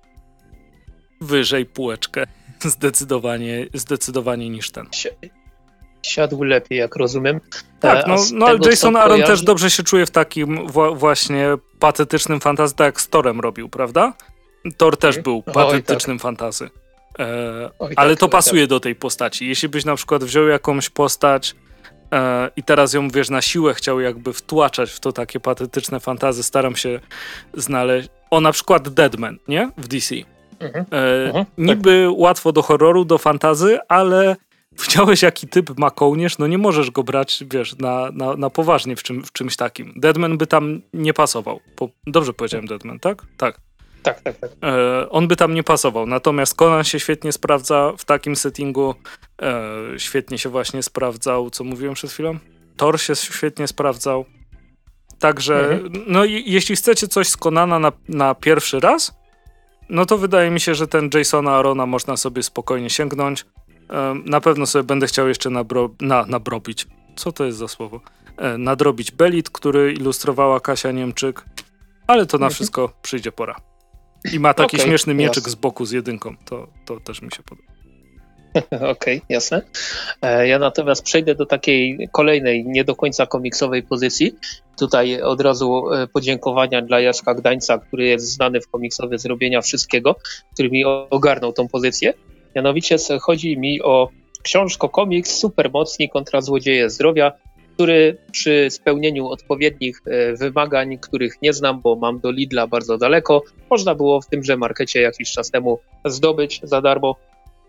wyżej półeczkę, zdecydowanie, zdecydowanie niż ten. Siadł lepiej, jak rozumiem. Tak, no, no ale Jason Aaron kojarzy... też dobrze się czuje w takim wła- właśnie patetycznym fantasy, tak jak z Thorem robił, prawda? Thor też hmm. był patetycznym Oj, tak. fantasy. E, Oj, ale tak, to pasuje tak. do tej postaci. Jeśli byś na przykład wziął jakąś postać e, i teraz ją, wiesz, na siłę chciał jakby wtłaczać w to takie patetyczne fantasy, staram się znaleźć. O, na przykład Deadman, nie? W D C. Mhm. E, mhm, niby tak. łatwo do horroru, do fantazy, ale widziałeś, jaki typ ma kołnierz? No nie możesz go brać, wiesz, na, na, na poważnie w, czym, w czymś takim. Deadman by tam nie pasował. Po, dobrze powiedziałem Deadman, tak? Tak. Tak, tak, tak. E, on by tam nie pasował. Natomiast Conan się świetnie sprawdza w takim settingu. E, świetnie się właśnie sprawdzał, co mówiłem przed chwilą. Thor się świetnie sprawdzał. Także, mhm. no i, jeśli chcecie coś z Conana na, na pierwszy raz, no to wydaje mi się, że ten Jasona Arona można sobie spokojnie sięgnąć. Na pewno sobie będę chciał jeszcze nabro, na, nabrobić. Co to jest za słowo? E, nadrobić Belit, który ilustrowała Kasia Niemczyk, ale to na wszystko przyjdzie pora. I ma taki okay, śmieszny mieczyk jasne. z boku z jedynką. To, to też mi się podoba. Okej, okay, jasne. E, ja natomiast przejdę do takiej kolejnej, nie do końca komiksowej pozycji. Tutaj od razu podziękowania dla Jacka Gdańca, który jest znany w komiksowie z robienia wszystkiego, który mi ogarnął tą pozycję. Mianowicie chodzi mi o książko-komiks Supermocni kontra Złodzieje Zdrowia, który przy spełnieniu odpowiednich wymagań, których nie znam, bo mam do Lidla bardzo daleko, można było w tymże markecie jakiś czas temu zdobyć za darmo.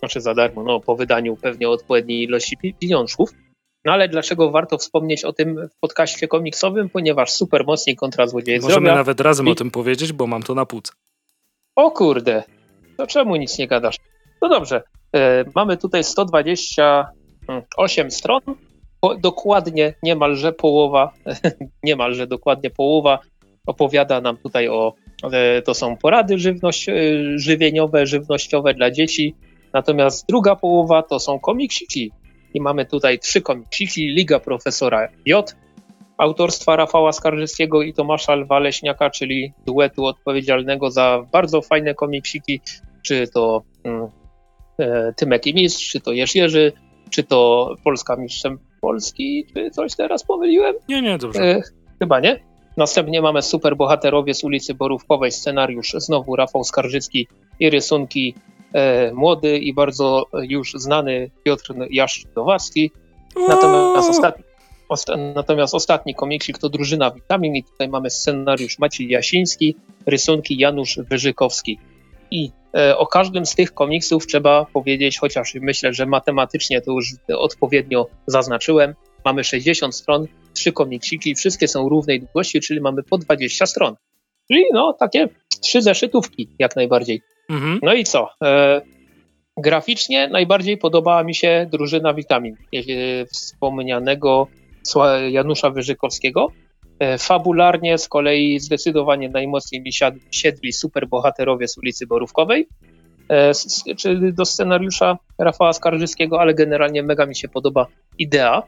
znaczy za darmo, no po wydaniu pewnie odpowiedniej ilości pieniążków. No ale dlaczego warto wspomnieć o tym w podcaście komiksowym? Ponieważ super mocniej kontra złodzieje zdrowia. Możemy nawet razem I... o tym powiedzieć, bo mam to na półce. O kurde, to czemu nic nie gadasz? No dobrze, e, mamy tutaj sto dwadzieścia osiem stron, po, dokładnie niemalże połowa, niemalże dokładnie połowa opowiada nam tutaj o, e, to są porady żywność, e, żywieniowe, żywnościowe dla dzieci, natomiast druga połowa to są komiksiki. I mamy tutaj trzy komiksiki, Liga Profesora J, autorstwa Rafała Skarżyckiego i Tomasza Lwa Leśniaka, czyli duetu odpowiedzialnego za bardzo fajne komiksiki, czy to mm, e, Tymek i Mistrz, czy to Jerz Jerzy, czy to Polska Mistrzem Polski, czy coś teraz pomyliłem? Nie, nie, dobrze. E, chyba nie. Następnie mamy Superbohaterowie z ulicy Borówkowej, scenariusz znowu Rafał Skarżycki i rysunki e, młody i bardzo już znany Piotr Jaszczydowacki. Natomiast ostatni, osta, natomiast ostatni komiksik to Drużyna Witamin i tutaj mamy scenariusz Maciej Jasiński, rysunki Janusz Wyżykowski. I e, o każdym z tych komiksów trzeba powiedzieć, chociaż myślę, że matematycznie to już odpowiednio zaznaczyłem, mamy sześćdziesiąt stron, trzy komiksiki, wszystkie są równej długości, czyli mamy po dwadzieścia stron. Czyli no takie trzy zeszytówki jak najbardziej. Mhm. No i co? E, graficznie najbardziej podobała mi się Drużyna Witamin e, wspomnianego Janusza Wyżykowskiego. E, fabularnie z kolei zdecydowanie najmocniej mi siedli Superbohaterowie z ulicy Borówkowej, e, s, czy do scenariusza Rafała Skarżyckiego, ale generalnie mega mi się podoba idea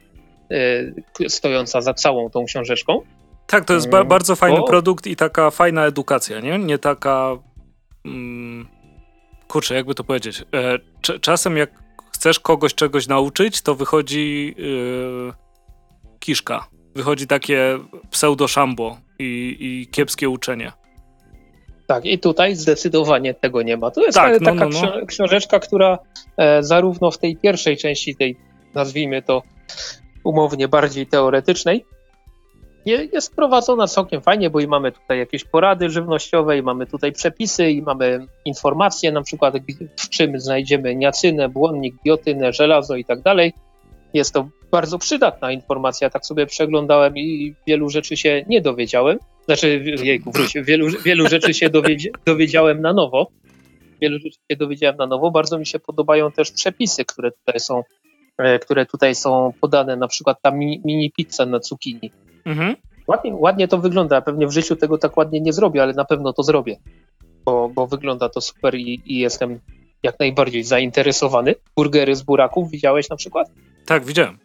e, stojąca za całą tą książeczką. Tak, to jest ba- bardzo fajny o. produkt i taka fajna edukacja, nie? Nie taka... Mm, kurczę, jakby to powiedzieć. E, c- czasem jak chcesz kogoś czegoś nauczyć, to wychodzi yy, kiszka. Wychodzi takie pseudo-szambo i, i kiepskie uczenie. Tak, i tutaj zdecydowanie tego nie ma. To jest tak, taka no, no, no. książeczka, która e, zarówno w tej pierwszej części, tej nazwijmy to umownie bardziej teoretycznej, jest prowadzona całkiem fajnie, bo i mamy tutaj jakieś porady żywnościowe, i mamy tutaj przepisy, i mamy informacje, na przykład w czym znajdziemy niacynę, błonnik, biotynę, żelazo i tak dalej. Jest to bardzo przydatna informacja, tak sobie przeglądałem i wielu rzeczy się nie dowiedziałem. Znaczy, jejku, wróć, wielu, wielu rzeczy się dowiedzi, dowiedziałem na nowo. Wielu rzeczy się dowiedziałem na nowo. Bardzo mi się podobają też przepisy, które tutaj są, które tutaj są podane, na przykład ta mini, mini pizza na cukinii. Mhm. Ładnie, ładnie to wygląda. Pewnie w życiu tego tak ładnie nie zrobię, ale na pewno to zrobię, bo, bo wygląda to super i, i jestem jak najbardziej zainteresowany. Burgery z buraków widziałeś na przykład? Tak, widziałem.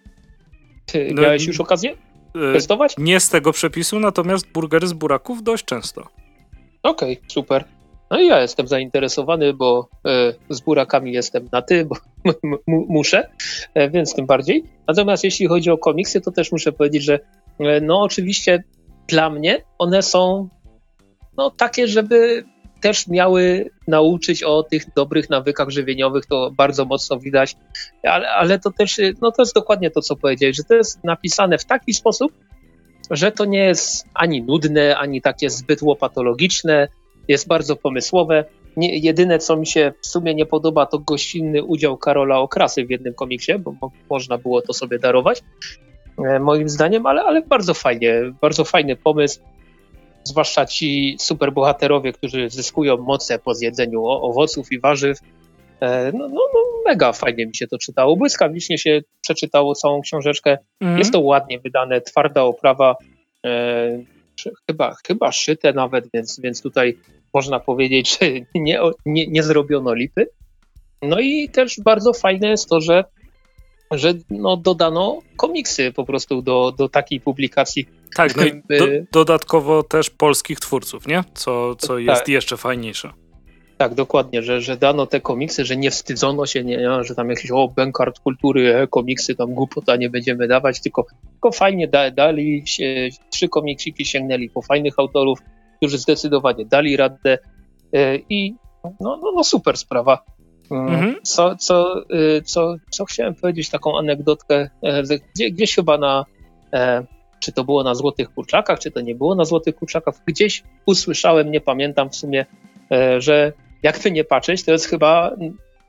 Ty no, miałeś już okazję testować? Nie z tego przepisu, natomiast burgery z buraków dość często. Okej, okay, super. No i ja jestem zainteresowany, bo y, z burakami jestem na ty, bo m- m- muszę, y, więc tym bardziej. Natomiast jeśli chodzi o komiksy, to też muszę powiedzieć, że y, no oczywiście dla mnie one są no takie, żeby też miały nauczyć o tych dobrych nawykach żywieniowych, to bardzo mocno widać, ale, ale to też, no to jest dokładnie to, co powiedziałeś, że to jest napisane w taki sposób, że to nie jest ani nudne, ani takie zbyt łopatologiczne, jest bardzo pomysłowe. Nie, jedyne, co mi się w sumie nie podoba, to gościnny udział Karola Okrasy w jednym komiksie, bo mo- można było to sobie darować, e, moim zdaniem, ale, ale bardzo fajnie, bardzo fajny pomysł. Zwłaszcza ci superbohaterowie, którzy zyskują moce po zjedzeniu owoców i warzyw. E, no, no, no mega fajnie mi się to czytało. Błyskawicznie się przeczytało całą książeczkę. Mm. Jest to ładnie wydane, twarda oprawa, e, chyba, chyba szyte nawet, więc, więc tutaj można powiedzieć, że nie, nie, nie zrobiono lipy. No i też bardzo fajne jest to, że, że no dodano komiksy po prostu do, do takiej publikacji. Tak, no i do, dodatkowo też polskich twórców, nie? Co, co jest tak. jeszcze fajniejsze. Tak, dokładnie, że, że dano te komiksy, że nie wstydzono się, nie, nie, że tam jakiś o, bankart kultury, e, komiksy, tam głupota nie będziemy dawać, tylko, tylko fajnie da, dali się, trzy komiksiki sięgnęli po fajnych autorów, którzy zdecydowanie dali radę e, i no, no, no super sprawa. Mhm. Co, co, co, co chciałem powiedzieć, taką anegdotkę, e, gdzie, gdzieś chyba na... E, czy to było na Złotych Kurczakach, czy to nie było na Złotych Kurczakach, gdzieś usłyszałem, nie pamiętam w sumie, że jakby nie patrzeć, to jest chyba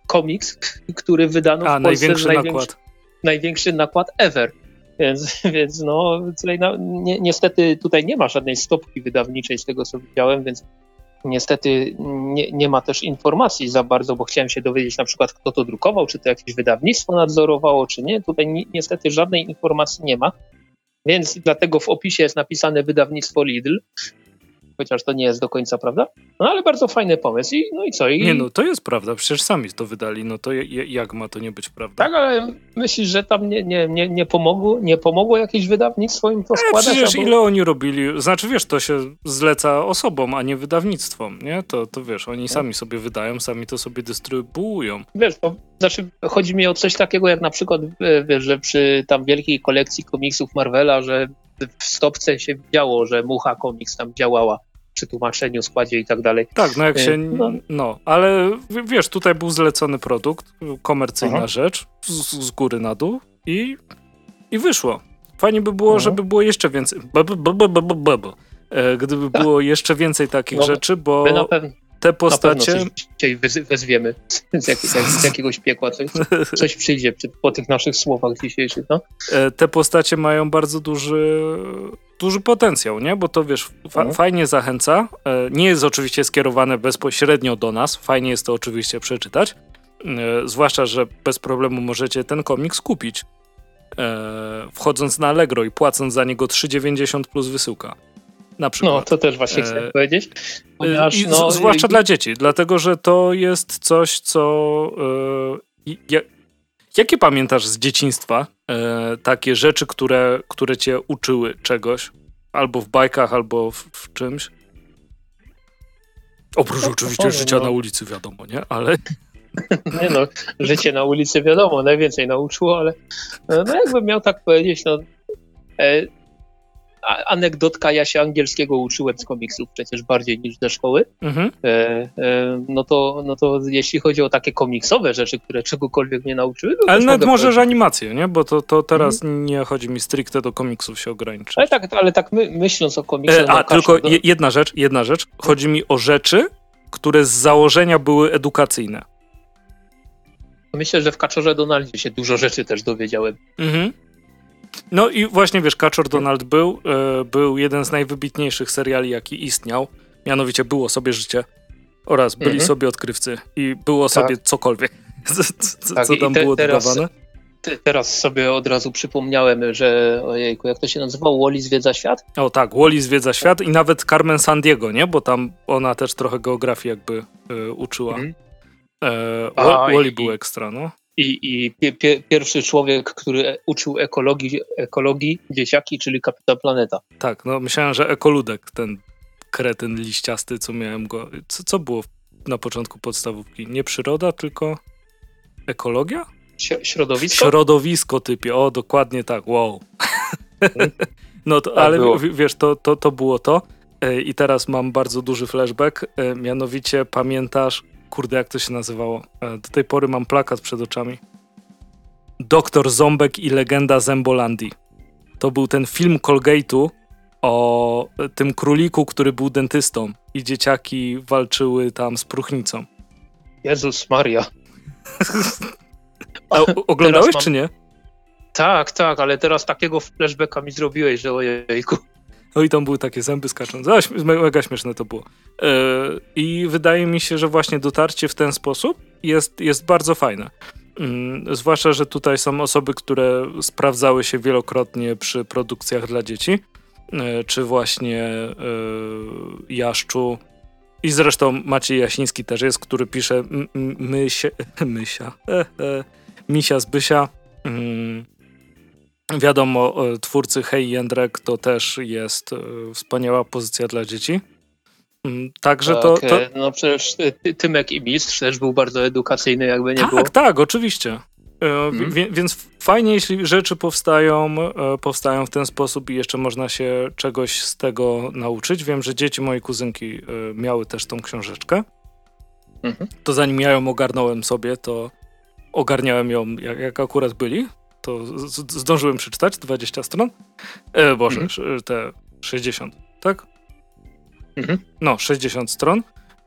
komiks, który wydano A, w Polsce największy największy nakład. Największy nakład ever. Więc, więc no, tutaj no, ni- niestety tutaj nie ma żadnej stopki wydawniczej z tego, co widziałem, więc niestety nie, nie ma też informacji za bardzo, bo chciałem się dowiedzieć na przykład, kto to drukował, czy to jakieś wydawnictwo nadzorowało, czy nie. Tutaj ni- niestety żadnej informacji nie ma, więc dlatego w opisie jest napisane wydawnictwo Lidl, chociaż to nie jest do końca prawda. No ale bardzo fajny pomysł. I, no i co? I... Nie no, to jest prawda, przecież sami to wydali, no to je, jak ma to nie być prawda? Tak, ale myślisz, że tam nie, nie, nie, nie, pomogło, nie pomogło jakieś wydawnictwo im to E, składać? przecież albo... ile oni robili, znaczy wiesz, to się zleca osobom, a nie wydawnictwom, nie? To, to wiesz, oni sami sobie wydają, sami to sobie dystrybuują. Wiesz, to znaczy chodzi mi o coś takiego jak na przykład, wiesz, że przy tam wielkiej kolekcji komiksów Marvela, że w stopce się działo, że Mucha Comics tam działała przy tłumaczeniu, składzie i tak dalej. Tak, no jak się, no, no, ale wiesz, tutaj był zlecony produkt, komercyjna Aha. rzecz, z, z góry na dół i, i wyszło. Fajnie by było, Aha. żeby było jeszcze więcej, b, b, b, b, b, b, b. gdyby tak. było jeszcze więcej takich no, rzeczy, bo na pewno, te postacie... Na pewno coś dzisiaj wezwiemy z, jak, z jakiegoś piekła, coś, coś przyjdzie po tych naszych słowach dzisiejszych, no. Te postacie mają bardzo duży, duży potencjał, nie? Bo to wiesz, fa- mhm. fajnie zachęca. Nie jest oczywiście skierowane bezpośrednio do nas, fajnie jest to oczywiście przeczytać, zwłaszcza, że bez problemu możecie ten komiks kupić, wchodząc na Allegro i płacąc za niego trzy dziewięćdziesiąt plus wysyłka. Na przykład. No, to też właśnie chcę e, powiedzieć. Ponieważ, i, no, zwłaszcza i... dla dzieci, dlatego, że to jest coś, co... E, ja, jakie pamiętasz z dzieciństwa e, takie rzeczy, które, które cię uczyły czegoś? Albo w bajkach, albo w, w czymś? Oprócz no, oczywiście powiem, życia no. na ulicy, wiadomo, nie? Ale... Nie no, życie na ulicy wiadomo, najwięcej nauczyło, ale no jakbym miał tak powiedzieć, no... E, anegdotka, ja się angielskiego uczyłem z komiksów przecież bardziej niż ze szkoły, mhm. e, e, no, to, no to jeśli chodzi o takie komiksowe rzeczy, które czegokolwiek mnie nauczyły... Ale nawet możesz animację, nie? Bo to, to teraz mhm. nie chodzi mi stricte do komiksów się ograniczyć. Ale tak, ale tak my, myśląc o komiksach... E, a, tylko do... jedna rzecz, jedna rzecz. Chodzi mi o rzeczy, które z założenia były edukacyjne. Myślę, że w Kaczorze Donaldzie się dużo rzeczy też dowiedziałem. Mhm. No i właśnie, wiesz, Kaczor Donald był, e, był jeden z najwybitniejszych seriali, jaki istniał. Mianowicie Było sobie życie oraz Byli mhm. sobie odkrywcy i było tak. sobie cokolwiek, co, tak, co tam te, było teraz, dodawane. Te, teraz sobie od razu przypomniałem, że ojejku, jak to się nazywało? Wall-E zwiedza świat? O tak, Wall-E zwiedza świat i nawet Carmen Sandiego, nie? Bo tam ona też trochę geografii jakby e, uczyła. Mhm. E, Wall-E był ekstra, no. I, i pie, pie, pierwszy człowiek, który uczył ekologii, ekologii dzieciaki, czyli Kapitan Planeta. Tak, no myślałem, że ekoludek, ten kretyn liściasty, co miałem go... Co, co było na początku podstawówki? Nie przyroda, tylko ekologia? Środowisko? Środowisko typie, o dokładnie tak, wow. Hmm. No to, tak ale w, wiesz, to, to, to było to. I teraz mam bardzo duży flashback, mianowicie pamiętasz, kurde, jak to się nazywało? Do tej pory mam plakat przed oczami. Doktor Ząbek i legenda Zębolandii. To był ten film Colgate'u o tym króliku, który był dentystą i dzieciaki walczyły tam z próchnicą. Jezus Maria. A, oglądałeś mam... czy nie? Tak, tak, ale teraz takiego flashbacka mi zrobiłeś, że ojejku. No i tam były takie zęby skaczące. Mega śmieszne to było. Yy, I wydaje mi się, że właśnie dotarcie w ten sposób jest, jest bardzo fajne. Yy, zwłaszcza, że tutaj są osoby, które sprawdzały się wielokrotnie przy produkcjach dla dzieci. Yy, czy właśnie yy, Jaszczu. I zresztą Maciej Jasiński też jest, który pisze m- m- mysie, mysia, e, e, misia z Bysia. Yy. Wiadomo, twórcy Hej Jędrek to też jest y, wspaniała pozycja dla dzieci. Y, także tak, to, to... No przecież ty, Tymek i Mistrz też był bardzo edukacyjny, jakby nie tak, było. Tak, tak, oczywiście. Y, hmm. w, więc fajnie, jeśli rzeczy powstają, y, powstają w ten sposób i jeszcze można się czegoś z tego nauczyć. Wiem, że dzieci mojej kuzynki y, miały też tą książeczkę. Hmm. To zanim ja ją ogarnąłem sobie, to ogarniałem ją, jak, jak akurat byli. To z- zdążyłem przeczytać dwadzieścia stron. E, Boże, mm. te sześćdziesiąt, tak? Mm-hmm. No, sześćdziesiąt stron.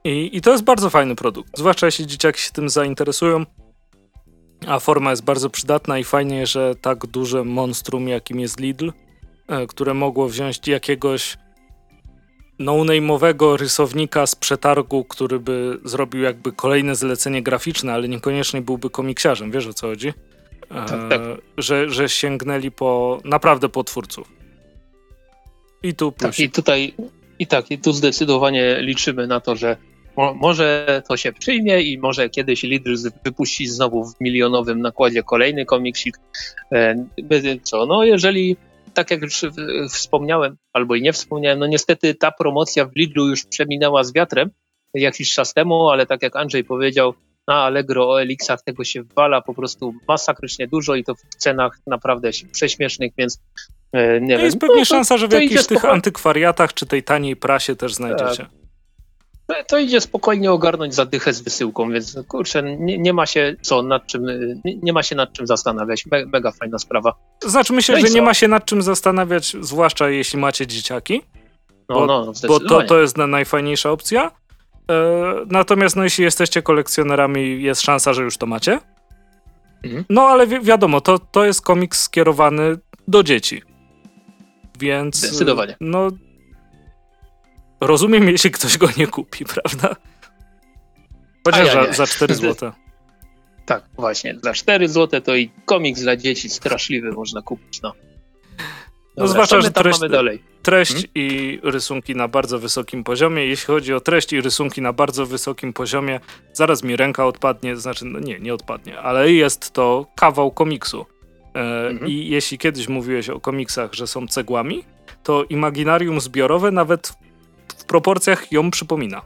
I, I to jest bardzo fajny produkt, zwłaszcza jeśli dzieciaki się tym zainteresują, a forma jest bardzo przydatna i fajnie, że tak duże monstrum, jakim jest Lidl, które mogło wziąć jakiegoś no-name'owego rysownika z przetargu, który by zrobił jakby kolejne zlecenie graficzne, ale niekoniecznie byłby komiksiarzem, wiesz o co chodzi? Tak, tak. E, że, że sięgnęli po naprawdę po twórców. I tu tak, i tutaj i tak, i tu zdecydowanie liczymy na to, że mo, może to się przyjmie i może kiedyś Lidl wypuści znowu w milionowym nakładzie kolejny komiksik. E, co, no jeżeli tak jak już wspomniałem, albo i nie wspomniałem, no niestety ta promocja w Lidlu już przeminęła z wiatrem jakiś czas temu, ale tak jak Andrzej powiedział, na Allegro o Elixach tego się wala po prostu masakrycznie dużo i to w cenach naprawdę prześmiesznych, więc e, nie no wiem. Jest pewnie no, szansa, że w jakichś tych antykwariatach czy tej taniej prasie też znajdziecie. To, to idzie spokojnie ogarnąć zadychę z wysyłką, więc kurczę, nie, nie ma się co nad czym, nie, nie ma się nad czym zastanawiać. Me, mega fajna sprawa. Znaczy myślę, no że nie ma się nad czym zastanawiać, zwłaszcza jeśli macie dzieciaki, no, bo, no, bo to, to jest najfajniejsza opcja. E, natomiast no, jeśli jesteście kolekcjonerami, jest szansa, że już to macie. Mhm. No ale wi- wiadomo, to, to jest komiks skierowany do dzieci. Więc zdecydowanie. No rozumiem, jeśli ktoś go nie kupi, prawda? Chociaż za, za cztery złote. Tak, właśnie. Za cztery złote to i komiks dla dzieci straszliwy można kupić. No, no zwłaszcza, że treść, dalej? treść hmm? i rysunki na bardzo wysokim poziomie. Jeśli chodzi o treść i rysunki na bardzo wysokim poziomie, zaraz mi ręka odpadnie, znaczy no nie, nie odpadnie, ale jest to kawał komiksu. E, hmm. I jeśli kiedyś mówiłeś o komiksach, że są cegłami, to Imaginarium zbiorowe nawet w proporcjach ją przypomina.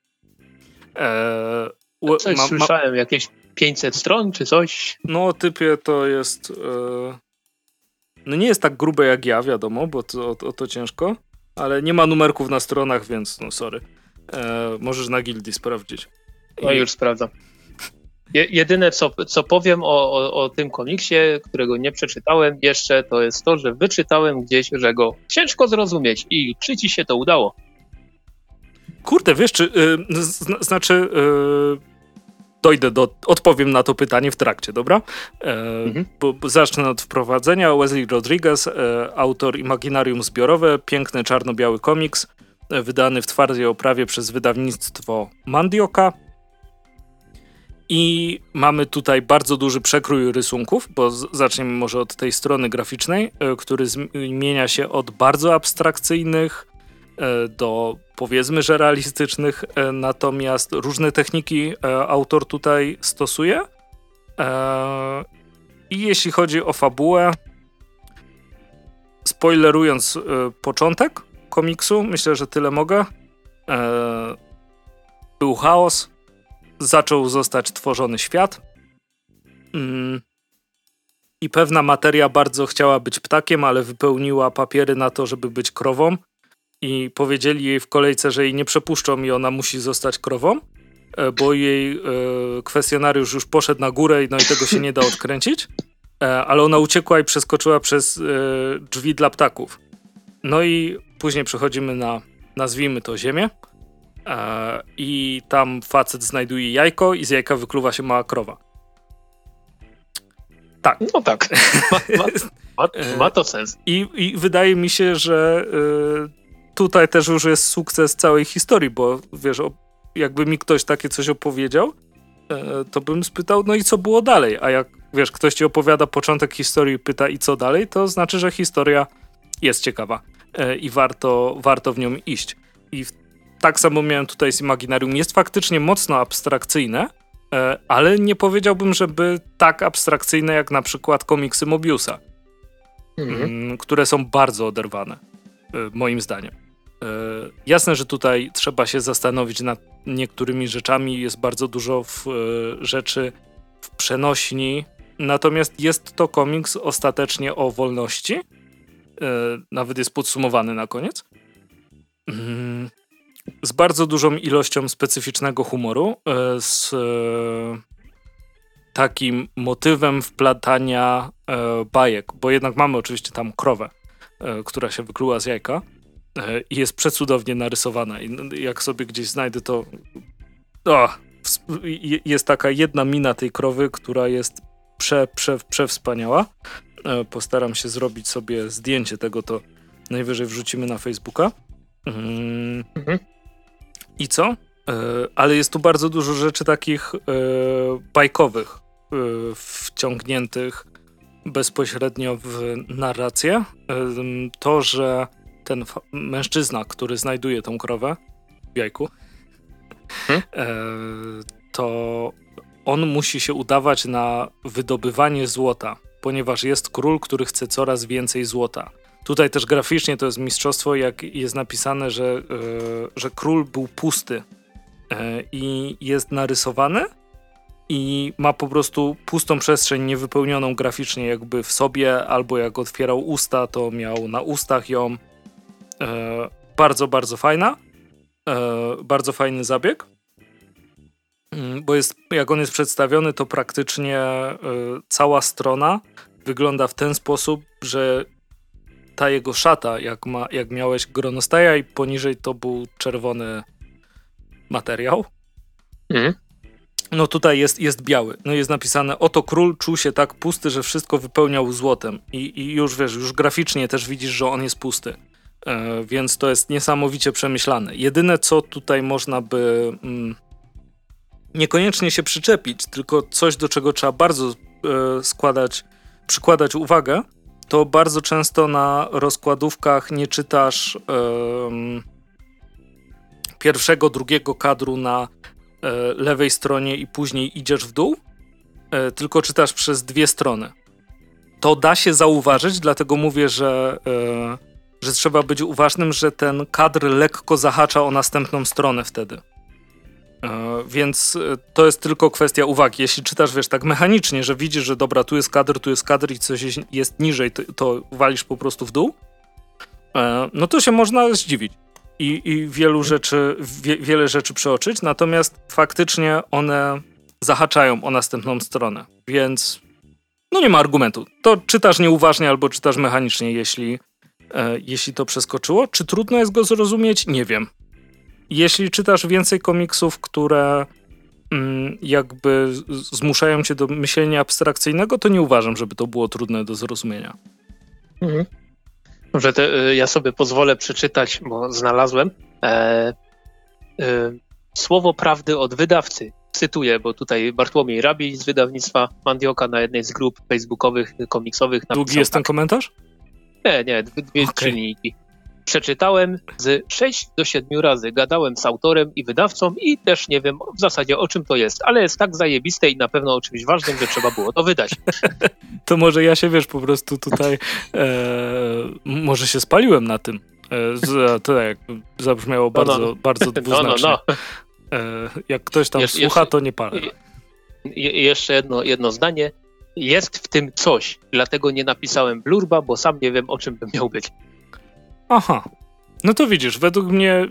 Eee, coś ma, słyszałem, ma... jakieś pięćset stron czy coś? No, typie to jest... E... No nie jest tak grube jak ja, wiadomo, bo to, o, o to ciężko, ale nie ma numerków na stronach, więc no sorry. E... Możesz na Gildii sprawdzić. No I... już sprawdzam. Je, jedyne, co, co powiem o, o, o tym komiksie, którego nie przeczytałem jeszcze, to jest to, że wyczytałem gdzieś, że go ciężko zrozumieć. I czy ci się to udało? Kurde, wiesz, czy, yy, zna, znaczy yy, dojdę do, odpowiem na to pytanie w trakcie, dobra? Yy, mhm. bo, bo zacznę od wprowadzenia. Wesley Rodriguez, yy, autor Imaginarium zbiorowe, piękny czarno-biały komiks, yy, wydany w twardej oprawie przez wydawnictwo Mandioka. I mamy tutaj bardzo duży przekrój rysunków, bo z, zaczniemy może od tej strony graficznej, yy, który zmienia się od bardzo abstrakcyjnych do powiedzmy, że realistycznych, natomiast różne techniki autor tutaj stosuje. I jeśli chodzi o fabułę, spoilerując początek komiksu, myślę, że tyle mogę. Był chaos, zaczął zostać tworzony świat i pewna materia bardzo chciała być ptakiem, ale wypełniła papiery na to, żeby być krową. I powiedzieli jej w kolejce, że jej nie przepuszczą i ona musi zostać krową, bo jej e, kwestionariusz już poszedł na górę i no i tego się nie da odkręcić, e, ale ona uciekła i przeskoczyła przez e, drzwi dla ptaków. No i później przechodzimy na, nazwijmy to, ziemię e, i tam facet znajduje jajko i z jajka wykluwa się mała krowa. Tak. No tak, ma, ma, ma, ma to sens. I, i wydaje mi się, że e, tutaj też już jest sukces całej historii, bo wiesz, jakby mi ktoś takie coś opowiedział, to bym spytał, no i co było dalej? A jak, wiesz, ktoś ci opowiada początek historii i pyta i co dalej, to znaczy, że historia jest ciekawa i warto, warto w nią iść. I tak samo miałem tutaj z Imaginarium. Jest faktycznie mocno abstrakcyjne, ale nie powiedziałbym, żeby tak abstrakcyjne jak na przykład komiksy Mobiusa, mhm. które są bardzo oderwane, moim zdaniem. Jasne, że tutaj trzeba się zastanowić nad niektórymi rzeczami, jest bardzo dużo w, rzeczy w przenośni, natomiast jest to komiks ostatecznie o wolności, nawet jest podsumowany na koniec, z bardzo dużą ilością specyficznego humoru, z takim motywem wplatania bajek, bo jednak mamy oczywiście tam krowę, która się wykluła z jajka, i jest przecudownie narysowana. I jak sobie gdzieś znajdę, to o, jest taka jedna mina tej krowy, która jest prze, prze, przewspaniała. Postaram się zrobić sobie zdjęcie tego, to najwyżej wrzucimy na Facebooka. Mm. Mhm. I co? Ale jest tu bardzo dużo rzeczy takich bajkowych, wciągniętych bezpośrednio w narrację. To, że ten fa- mężczyzna, który znajduje tą krowę w jajku, hmm? to on musi się udawać na wydobywanie złota, ponieważ jest król, który chce coraz więcej złota. Tutaj też graficznie to jest mistrzostwo, jak jest napisane, że, że król był pusty i jest narysowany i ma po prostu pustą przestrzeń niewypełnioną graficznie jakby w sobie, albo jak otwierał usta, to miał na ustach ją. E, bardzo, bardzo fajna. E, bardzo fajny zabieg. Bo jest, jak on jest przedstawiony, to praktycznie e, cała strona wygląda w ten sposób, że ta jego szata, jak, ma, jak miałeś gronostaja i poniżej to był czerwony materiał. Mhm. No tutaj jest, jest biały. No jest napisane, oto król czuł się tak pusty, że wszystko wypełniał złotem. I, i już wiesz, już graficznie też widzisz, że on jest pusty. E, więc to jest niesamowicie przemyślane. Jedyne, co tutaj można by mm, niekoniecznie się przyczepić, tylko coś, do czego trzeba bardzo e, składać, przykładać uwagę, to bardzo często na rozkładówkach nie czytasz e, pierwszego, drugiego kadru na lewej stronie i później idziesz w dół, tylko czytasz przez dwie strony. To da się zauważyć, dlatego mówię, że, że trzeba być uważnym, że ten kadr lekko zahacza o następną stronę wtedy. Więc to jest tylko kwestia uwagi. Jeśli czytasz, wiesz, tak mechanicznie, że widzisz, że dobra, tu jest kadr, tu jest kadr i coś jest niżej, to, to walisz po prostu w dół, no to się można zdziwić. I, i wielu rzeczy, wie, wiele rzeczy przeoczyć, natomiast faktycznie one zahaczają o następną stronę, więc no nie ma argumentu. To czytasz nieuważnie albo czytasz mechanicznie, jeśli, e, jeśli to przeskoczyło. Czy trudno jest go zrozumieć? Nie wiem. Jeśli czytasz więcej komiksów, które mm, jakby zmuszają cię do myślenia abstrakcyjnego, to nie uważam, żeby to było trudne do zrozumienia. Mhm. Że te, ja sobie pozwolę przeczytać, bo znalazłem e, e, słowo prawdy od wydawcy. Cytuję, bo tutaj Bartłomiej Rabiej z wydawnictwa Mandioka na jednej z grup facebookowych, komiksowych napisał. Długi jest ten komentarz? Nie, nie, dwie, okay. trzy linijki. Przeczytałem z sześć do siedmiu razy, gadałem z autorem i wydawcą i też nie wiem w zasadzie o czym to jest, ale jest tak zajebiste i na pewno o czymś ważnym, że trzeba było to wydać. To może ja się, wiesz, po prostu tutaj e, może się spaliłem na tym. E, to jak zabrzmiało bardzo, no, no. bardzo dwuznacznie. No, no, no. E, jak ktoś tam Jesz, słucha, jeszcze, to nie palę. I jeszcze jedno, jedno zdanie. Jest w tym coś, dlatego nie napisałem blurba, bo sam nie wiem o czym by miał być. Aha, no to widzisz, według mnie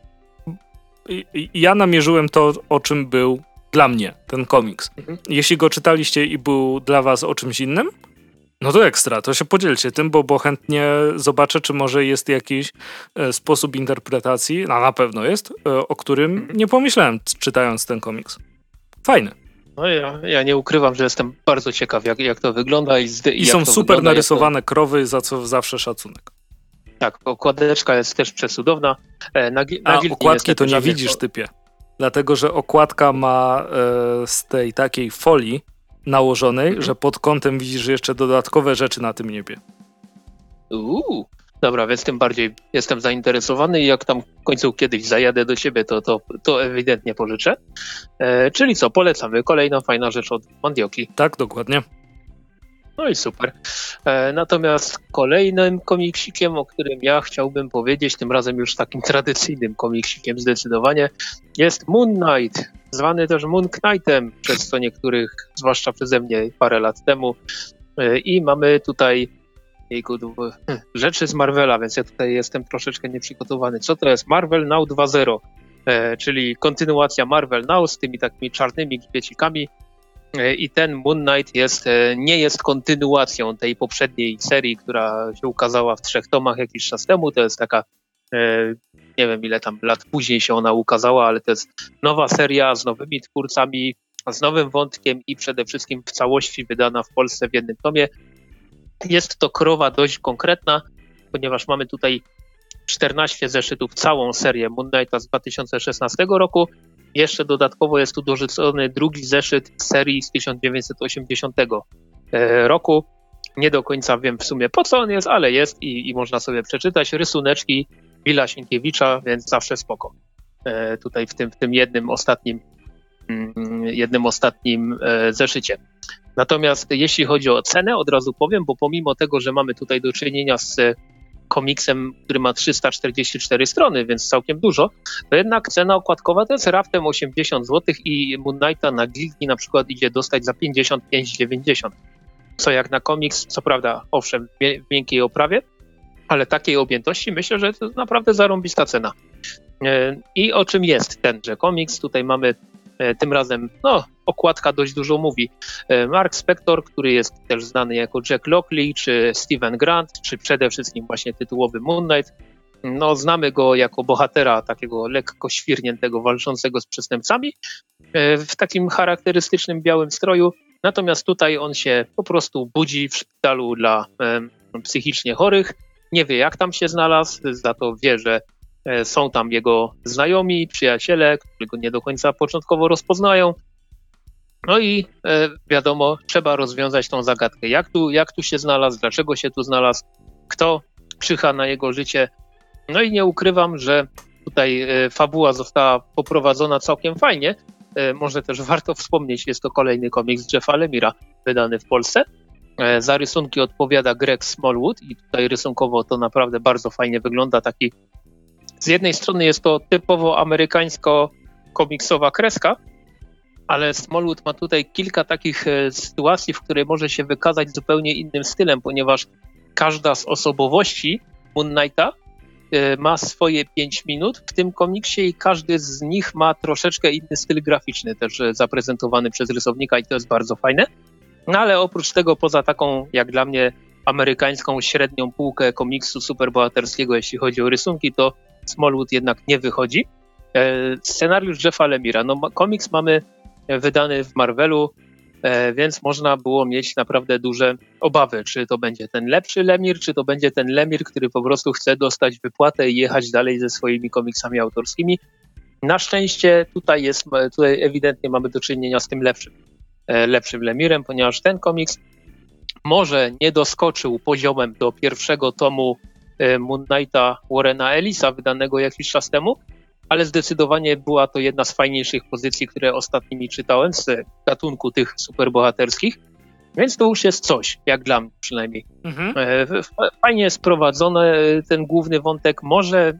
ja namierzyłem to, o czym był dla mnie ten komiks. Mhm. Jeśli go czytaliście i był dla was o czymś innym, no to ekstra, to się podzielcie tym, bo, bo chętnie zobaczę, czy może jest jakiś e, sposób interpretacji, no na pewno jest, e, o którym mhm. nie pomyślałem czytając ten komiks. Fajny. No ja, ja nie ukrywam, że jestem bardzo ciekaw, jak, jak to wygląda. I, z, I, I są super wygląda, narysowane to... krowy, za co zawsze szacunek. Tak, okładeczka jest też przecudowna. E, na, na A okładki to nie żadnych... widzisz, typie. Dlatego, że okładka ma e, z tej takiej folii nałożonej, mhm. że pod kątem widzisz jeszcze dodatkowe rzeczy na tym niebie. Uuu, dobra, więc tym bardziej jestem zainteresowany i jak tam w końcu kiedyś zajadę do siebie, to, to, to ewidentnie pożyczę. E, czyli co, polecamy. Kolejna fajna rzecz od Mandioki. Tak, dokładnie. No i super. E, natomiast kolejnym komiksikiem, o którym ja chciałbym powiedzieć, tym razem już takim tradycyjnym komiksikiem zdecydowanie, jest Moon Knight, zwany też Moon Knightem przez co niektórych, zwłaszcza przeze mnie parę lat temu. E, I mamy tutaj jejku, rzeczy z Marvela, więc ja tutaj jestem troszeczkę nieprzygotowany. Co to jest Marvel Now dwa zero, e, czyli kontynuacja Marvel Now z tymi takimi czarnymi kwiecikami. I ten Moon Knight jest, nie jest kontynuacją tej poprzedniej serii, która się ukazała w trzech tomach jakiś czas temu. To jest taka nie wiem ile tam lat później się ona ukazała, ale to jest nowa seria z nowymi twórcami, z nowym wątkiem i przede wszystkim w całości wydana w Polsce w jednym tomie. Jest to krowa dość konkretna, ponieważ mamy tutaj czternaście zeszytów, całą serię Moon Knighta z dwa tysiące szesnastego roku. Jeszcze dodatkowo jest tu dorzucony drugi zeszyt serii z tysiąc dziewięćset osiemdziesiątego roku. Nie do końca wiem w sumie po co on jest, ale jest i, i można sobie przeczytać rysuneczki Billa Sienkiewicza, więc zawsze spoko. E, tutaj w tym, w tym jednym ostatnim, mm, jednym ostatnim e, zeszycie. Natomiast jeśli chodzi o cenę, od razu powiem, bo pomimo tego, że mamy tutaj do czynienia z komiksem, który ma trzysta czterdzieści cztery strony, więc całkiem dużo, to jednak cena okładkowa to jest raptem osiemdziesiąt złotych i Moon Knighta na Gildi na przykład idzie dostać za pięćdziesiąt pięć dziewięćdziesiąt. Co jak na komiks, co prawda owszem w miękkiej oprawie, ale takiej objętości myślę, że to naprawdę zarąbista cena. I o czym jest tenże komiks? Tutaj mamy tym razem, no okładka dość dużo mówi. Mark Spector, który jest też znany jako Jack Lockley, czy Steven Grant, czy przede wszystkim właśnie tytułowy Moon Knight. No znamy go jako bohatera takiego lekko świrniętego, walczącego z przestępcami w takim charakterystycznym białym stroju. Natomiast tutaj on się po prostu budzi w szpitalu dla e, psychicznie chorych. Nie wie jak tam się znalazł, za to wie, że e, są tam jego znajomi, przyjaciele, którzy go nie do końca początkowo rozpoznają. No i e, wiadomo, trzeba rozwiązać tą zagadkę. Jak tu, jak tu się znalazł, dlaczego się tu znalazł, kto czyha na jego życie. No i nie ukrywam, że tutaj e, fabuła została poprowadzona całkiem fajnie. Może też warto wspomnieć, jest to kolejny komiks Jeffa Lemira wydany w Polsce. Za rysunki odpowiada Greg Smallwood i tutaj rysunkowo to naprawdę bardzo fajnie wygląda. Taki, z jednej strony jest to typowo amerykańsko-komiksowa kreska, ale Smallwood ma tutaj kilka takich sytuacji, w której może się wykazać zupełnie innym stylem, ponieważ każda z osobowości Moon Knighta ma swoje pięć minut w tym komiksie i każdy z nich ma troszeczkę inny styl graficzny, też zaprezentowany przez rysownika i to jest bardzo fajne. No ale oprócz tego, poza taką, jak dla mnie, amerykańską średnią półkę komiksu superbohaterskiego, jeśli chodzi o rysunki, to Smallwood jednak nie wychodzi. Scenariusz Jeffa Lemira. No, komiks mamy wydany w Marvelu, więc można było mieć naprawdę duże obawy, czy to będzie ten lepszy Lemir, czy to będzie ten Lemir, który po prostu chce dostać wypłatę i jechać dalej ze swoimi komiksami autorskimi. Na szczęście tutaj jest, tutaj ewidentnie mamy do czynienia z tym lepszym, lepszym Lemirem, ponieważ ten komiks może nie doskoczył poziomem do pierwszego tomu Moon Knighta Warrena Ellisa, wydanego jakiś czas temu, ale zdecydowanie była to jedna z fajniejszych pozycji, które ostatnimi czytałem z gatunku tych superbohaterskich, więc to już jest coś, jak dla mnie przynajmniej. Mhm. Fajnie jest prowadzony ten główny wątek, może,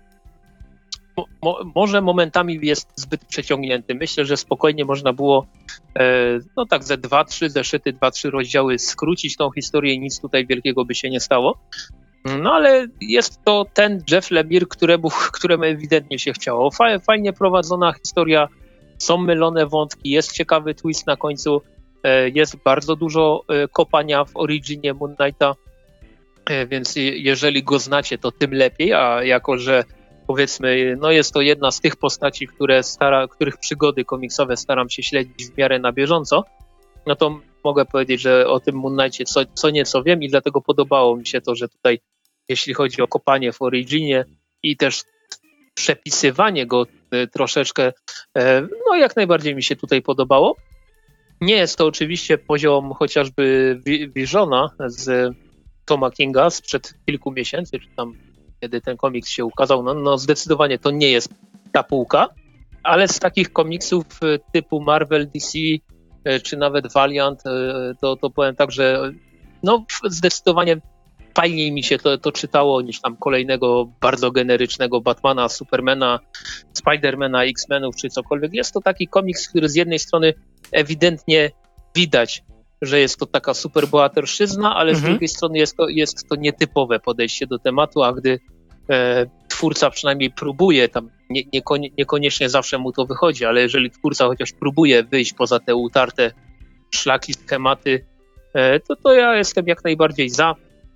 mo, może momentami jest zbyt przeciągnięty. Myślę, że spokojnie można było no tak ze dwa, trzy zeszyty, dwa, trzy rozdziały skrócić tą historię i nic tutaj wielkiego by się nie stało. No ale jest to ten Jeff Lemire, któremu, któremu ewidentnie się chciało. Fajnie prowadzona historia, są mylone wątki, jest ciekawy twist na końcu, jest bardzo dużo kopania w originie Moon Knighta, więc jeżeli go znacie, to tym lepiej, a jako, że powiedzmy, no jest to jedna z tych postaci, które stara, których przygody komiksowe staram się śledzić w miarę na bieżąco, no to mogę powiedzieć, że o tym Moon Knightie co, co nieco wiem i dlatego podobało mi się to, że tutaj jeśli chodzi o kopanie w originie i też przepisywanie go troszeczkę, no jak najbardziej mi się tutaj podobało. Nie jest to oczywiście poziom chociażby Visiona z Toma Kinga sprzed kilku miesięcy, czy tam kiedy ten komiks się ukazał, no, no zdecydowanie to nie jest ta półka, ale z takich komiksów typu Marvel, D C, czy nawet Valiant, to, to powiem tak, że no zdecydowanie fajniej mi się to, to czytało niż tam kolejnego bardzo generycznego Batmana, Supermana, Spidermana, X-Menów czy cokolwiek. Jest to taki komiks, który z jednej strony ewidentnie widać, że jest to taka superbohaterszyzna, ale mhm. z drugiej strony jest to, jest to nietypowe podejście do tematu, a gdy e, twórca przynajmniej próbuje, tam nie, nie, niekoniecznie zawsze mu to wychodzi, ale jeżeli twórca chociaż próbuje wyjść poza te utarte szlaki, schematy, e, to, to ja jestem jak najbardziej za.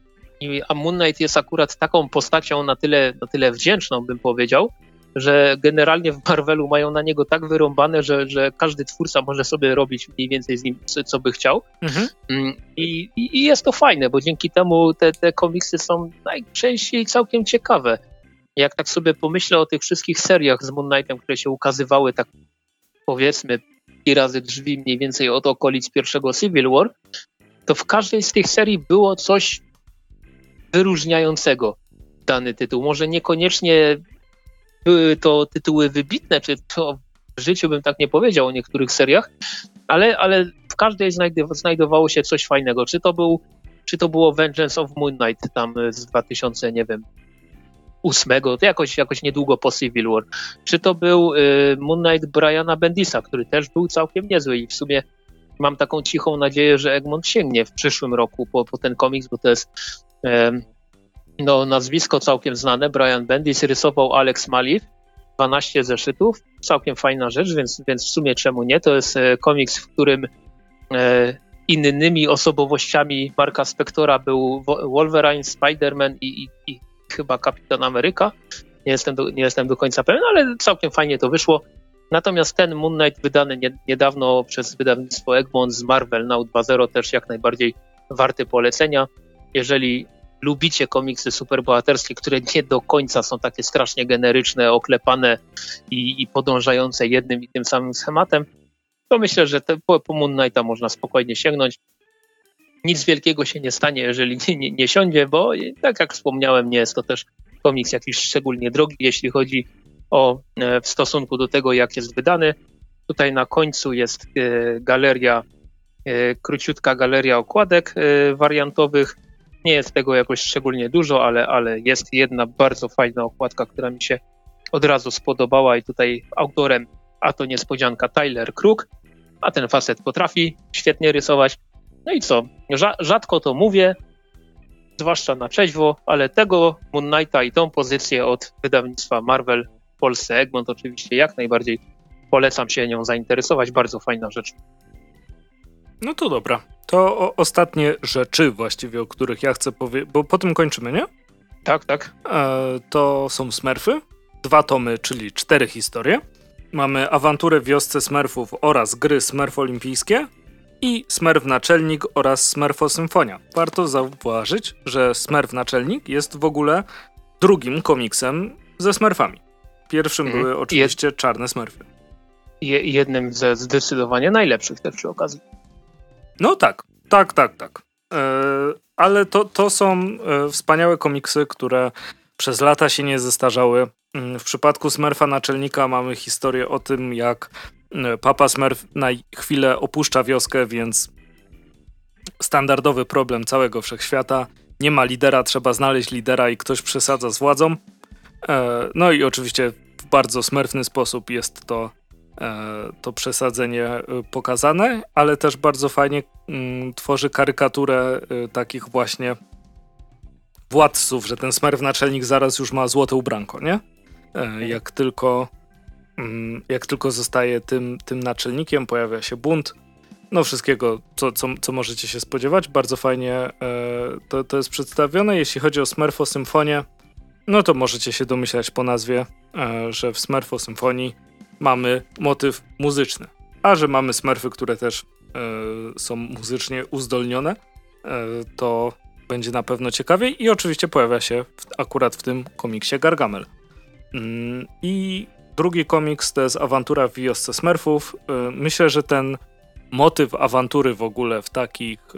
I, a Moon Knight jest akurat taką postacią na tyle, na tyle wdzięczną, bym powiedział, że generalnie w Marvelu mają na niego tak wyrąbane, że, że każdy twórca może sobie robić mniej więcej z nim, co by chciał. Mhm. I, I jest to fajne, bo dzięki temu te, te komiksy są najczęściej całkiem ciekawe. Jak tak sobie pomyślę o tych wszystkich seriach z Moon Knightem, które się ukazywały tak powiedzmy i razy drzwi mniej więcej od okolic pierwszego Civil War, to w każdej z tych serii było coś wyróżniającego dany tytuł. Może niekoniecznie były to tytuły wybitne, czy to w życiu bym tak nie powiedział o niektórych seriach, ale, ale w każdej znajdowało się coś fajnego. Czy to był, czy to było Vengeance of Moon Knight tam z dwa tysiące, nie wiem, ósmego, to jakoś, jakoś niedługo po Civil War. Czy to był y, Moon Knight Briana Bendisa, który też był całkiem niezły i w sumie mam taką cichą nadzieję, że Egmont sięgnie w przyszłym roku po, po ten komiks, bo to jest y, no, nazwisko całkiem znane. Brian Bendis rysował Alex Maleev, dwanaście zeszytów, całkiem fajna rzecz, więc, więc w sumie czemu nie? To jest y, komiks, w którym y, innymi osobowościami Marka Spectora był Wolverine, Spider-Man i, i, i chyba Kapitan Ameryka. Nie jestem, do, nie jestem do końca pewien, ale całkiem fajnie to wyszło. Natomiast ten Moon Knight wydany nie, niedawno przez wydawnictwo Egmont z Marvel Now dwa zero też jak najbardziej warty polecenia. Jeżeli lubicie komiksy superbohaterskie, które nie do końca są takie strasznie generyczne, oklepane i, i podążające jednym i tym samym schematem, to myślę, że te, po, po Moon Knighta można spokojnie sięgnąć. Nic wielkiego się nie stanie, jeżeli nie, nie, nie siądzie, bo tak jak wspomniałem, nie jest to też komiks jakiś szczególnie drogi, jeśli chodzi o e, w stosunku do tego, jak jest wydany. Tutaj na końcu jest e, galeria, e, króciutka galeria okładek e, wariantowych. Nie jest tego jakoś szczególnie dużo, ale, ale jest jedna bardzo fajna okładka, która mi się od razu spodobała i tutaj autorem, a to niespodzianka, Tyler Crook, a ten facet potrafi świetnie rysować. No i co? Rzadko to mówię, zwłaszcza na trzeźwo, ale tego Moon Knighta i tą pozycję od wydawnictwa Marvel w Polsce Egmont oczywiście jak najbardziej polecam się nią zainteresować. Bardzo fajna rzecz. No to dobra. To o, ostatnie rzeczy właściwie, o których ja chcę powiedzieć, bo po tym kończymy, nie? Tak, tak. E, to są Smurfy, dwa tomy, czyli cztery historie. Mamy awanturę w wiosce Smurfów oraz gry Smurf Olimpijskie i Smurf Naczelnik oraz Smurfo Symfonia. Warto zauważyć, że Smurf Naczelnik jest w ogóle drugim komiksem ze Smurfami. Pierwszym mm. były oczywiście Jed... Czarne Smurfy. Je, jednym ze zdecydowanie najlepszych też przy okazji. No tak, tak, tak, tak. E, ale to, to są e, wspaniałe komiksy, które przez lata się nie zestarzały. W przypadku Smurfa Naczelnika mamy historię o tym, jak Papa Smurf na chwilę opuszcza wioskę, więc standardowy problem całego wszechświata. Nie ma lidera, trzeba znaleźć lidera i ktoś przesadza z władzą. No i oczywiście w bardzo smurfny sposób jest to, to przesadzenie pokazane, ale też bardzo fajnie tworzy karykaturę takich właśnie władców, że ten Smurf Naczelnik zaraz już ma złote ubranko, nie? Jak tylko jak tylko zostaje tym, tym naczelnikiem, pojawia się bunt. No wszystkiego, co, co, co możecie się spodziewać. Bardzo fajnie e, to, to jest przedstawione. Jeśli chodzi o Smurfo Symfonię, no to możecie się domyślać po nazwie, e, że w Smurfo Symfonii mamy motyw muzyczny. A że mamy Smurfy, które też e, są muzycznie uzdolnione, e, to będzie na pewno ciekawiej. I oczywiście pojawia się w, akurat w tym komiksie Gargamel. Mm, I drugi komiks to jest Awantura w wiosce Smurfów. E, myślę, że ten motyw awantury w ogóle w takich e,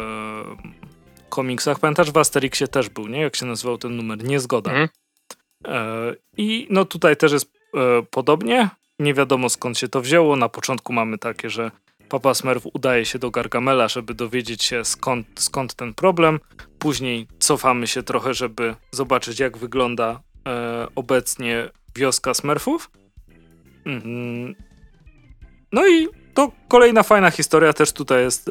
komiksach, pamiętasz, w Asterixie też był, nie? Jak się nazywał ten numer? Niezgoda. Mm. E, I no tutaj też jest e, podobnie. Nie wiadomo skąd się to wzięło. Na początku mamy takie, że Papa Smurf udaje się do Gargamela, żeby dowiedzieć się skąd, skąd ten problem. Później cofamy się trochę, żeby zobaczyć, jak wygląda e, obecnie wioska Smurfów. Mm. No i to kolejna fajna historia, też tutaj jest yy,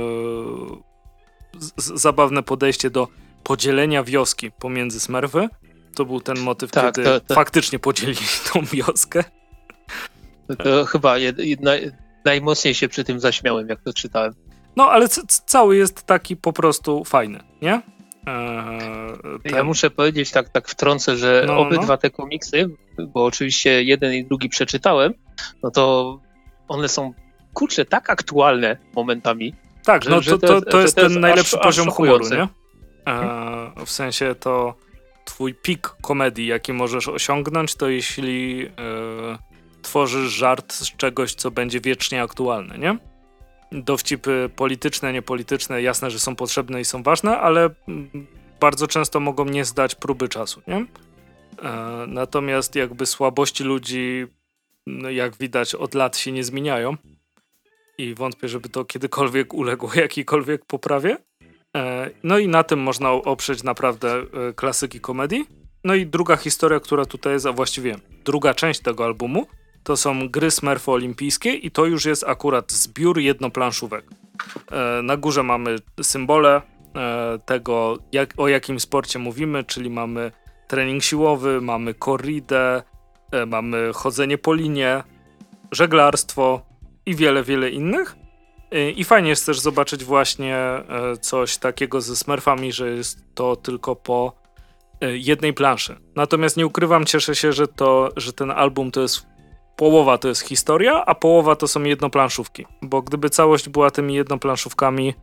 z, zabawne podejście do podzielenia wioski pomiędzy Smurfy. To był ten motyw, tak, kiedy to, to... faktycznie podzielili tą wioskę. To, to chyba jed, jedna, najmocniej się przy tym zaśmiałem, jak to czytałem. No, ale c- cały jest taki po prostu fajny, nie? ten... Ja muszę powiedzieć, tak, tak wtrącę, że no, obydwa no. te komiksy, bo oczywiście jeden i drugi przeczytałem, no to one są, kurczę, tak aktualne momentami. Tak, że, no że to, to, to, to jest to ten jest najlepszy aż, poziom aż humoru, nie? E, w sensie to twój pik komedii, jaki możesz osiągnąć, to jeśli e, tworzysz żart z czegoś, co będzie wiecznie aktualne, nie? Dowcipy polityczne, niepolityczne, jasne, że są potrzebne i są ważne, ale bardzo często mogą nie zdać próby czasu, nie? E, natomiast jakby słabości ludzi, no jak widać, od lat się nie zmieniają i wątpię, żeby to kiedykolwiek uległo jakiejkolwiek poprawie. E, no i na tym można oprzeć naprawdę e, klasyki komedii. No i druga historia, która tutaj jest, a właściwie druga część tego albumu, to są gry Smurfy olimpijskie i to już jest akurat zbiór jednoplanszówek. E, na górze mamy symbole e, tego, jak, o jakim sporcie mówimy, czyli mamy trening siłowy, mamy corridę, e, mamy chodzenie po linie, żeglarstwo i wiele, wiele innych. E, I fajnie jest też zobaczyć właśnie e, coś takiego ze Smurfami, że jest to tylko po e, jednej planszy. Natomiast nie ukrywam, cieszę się, że, to, że ten album to jest połowa to jest historia, a połowa to są jednoplanszówki. Bo gdyby całość była tymi jednoplanszówkami,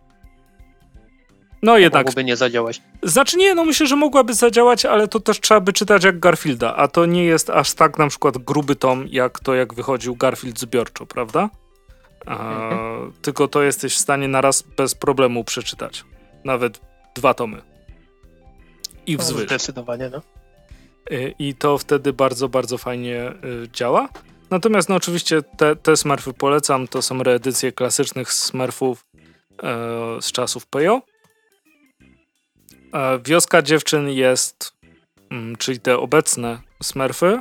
no jednak... Mogłoby nie zadziałać. Znaczy nie, no myślę, że mogłaby zadziałać, ale to też trzeba by czytać jak Garfielda, a to nie jest aż tak na przykład gruby tom, jak to jak wychodził Garfield zbiorczo, prawda? A, mhm. Tylko to jesteś w stanie naraz bez problemu przeczytać. Nawet dwa tomy. I wzwyż. No, zdecydowanie, no. I to wtedy bardzo, bardzo fajnie y, działa. Natomiast no oczywiście te, te Smurfy polecam, to są reedycje klasycznych Smurfów y, z czasów P O. E, Wioska Dziewczyn jest, mm, czyli te obecne Smurfy, y,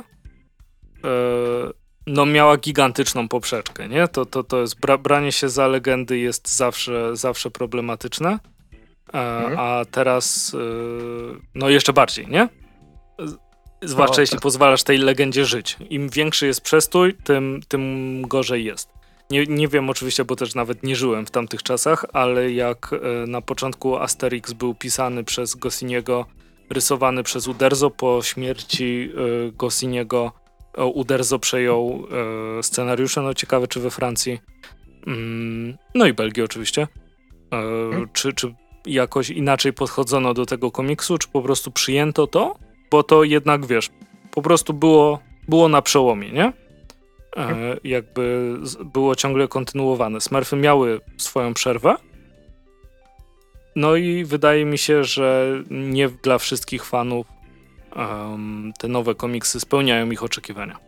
no miała gigantyczną poprzeczkę, nie? To, to, to jest, bra, branie się za legendy jest zawsze, zawsze problematyczne, e, mhm. a teraz y, no jeszcze bardziej, nie? Zwłaszcza no, jeśli tak. pozwalasz tej legendzie żyć. Im większy jest przestój, tym, tym gorzej jest. Nie, nie wiem oczywiście, bo też nawet nie żyłem w tamtych czasach, ale jak e, na początku Asterix był pisany przez Gosciniego, rysowany przez Uderzo, po śmierci e, Gosciniego e, Uderzo przejął e, scenariusze, no ciekawe czy we Francji, mm, no i Belgii oczywiście, e, hmm. czy, czy jakoś inaczej podchodzono do tego komiksu, czy po prostu przyjęto to, bo to jednak, wiesz, po prostu było, było na przełomie, nie? E, jakby z, było ciągle kontynuowane. Smurfy miały swoją przerwę, no i wydaje mi się, że nie dla wszystkich fanów um, te nowe komiksy spełniają ich oczekiwania.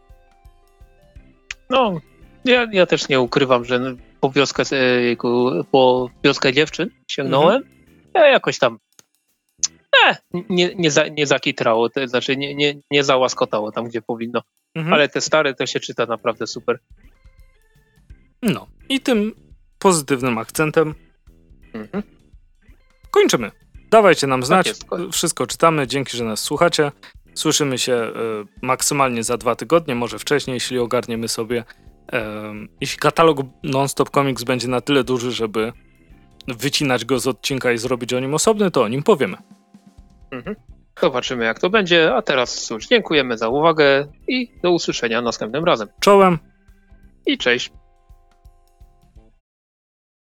No, ja, ja też nie ukrywam, że po wioskę, po wioskę dziewczyn sięgnąłem, mhm. ja jakoś tam E, nie, nie, za, nie zakitrało, to znaczy nie, nie, nie załaskotało tam, gdzie powinno. Mhm. Ale te stare to się czyta naprawdę super. No i tym pozytywnym akcentem mhm. kończymy. Dawajcie nam znać, tak jest, wszystko czytamy, dzięki, że nas słuchacie. Słyszymy się y, maksymalnie za dwa tygodnie, może wcześniej, jeśli ogarniemy sobie. Y, jeśli katalog Non-Stop Comics będzie na tyle duży, żeby wycinać go z odcinka i zrobić o nim osobny, to o nim powiemy. Mhm. Zobaczymy, jak to będzie, a teraz cóż, dziękujemy za uwagę i do usłyszenia następnym razem. Czołem i cześć.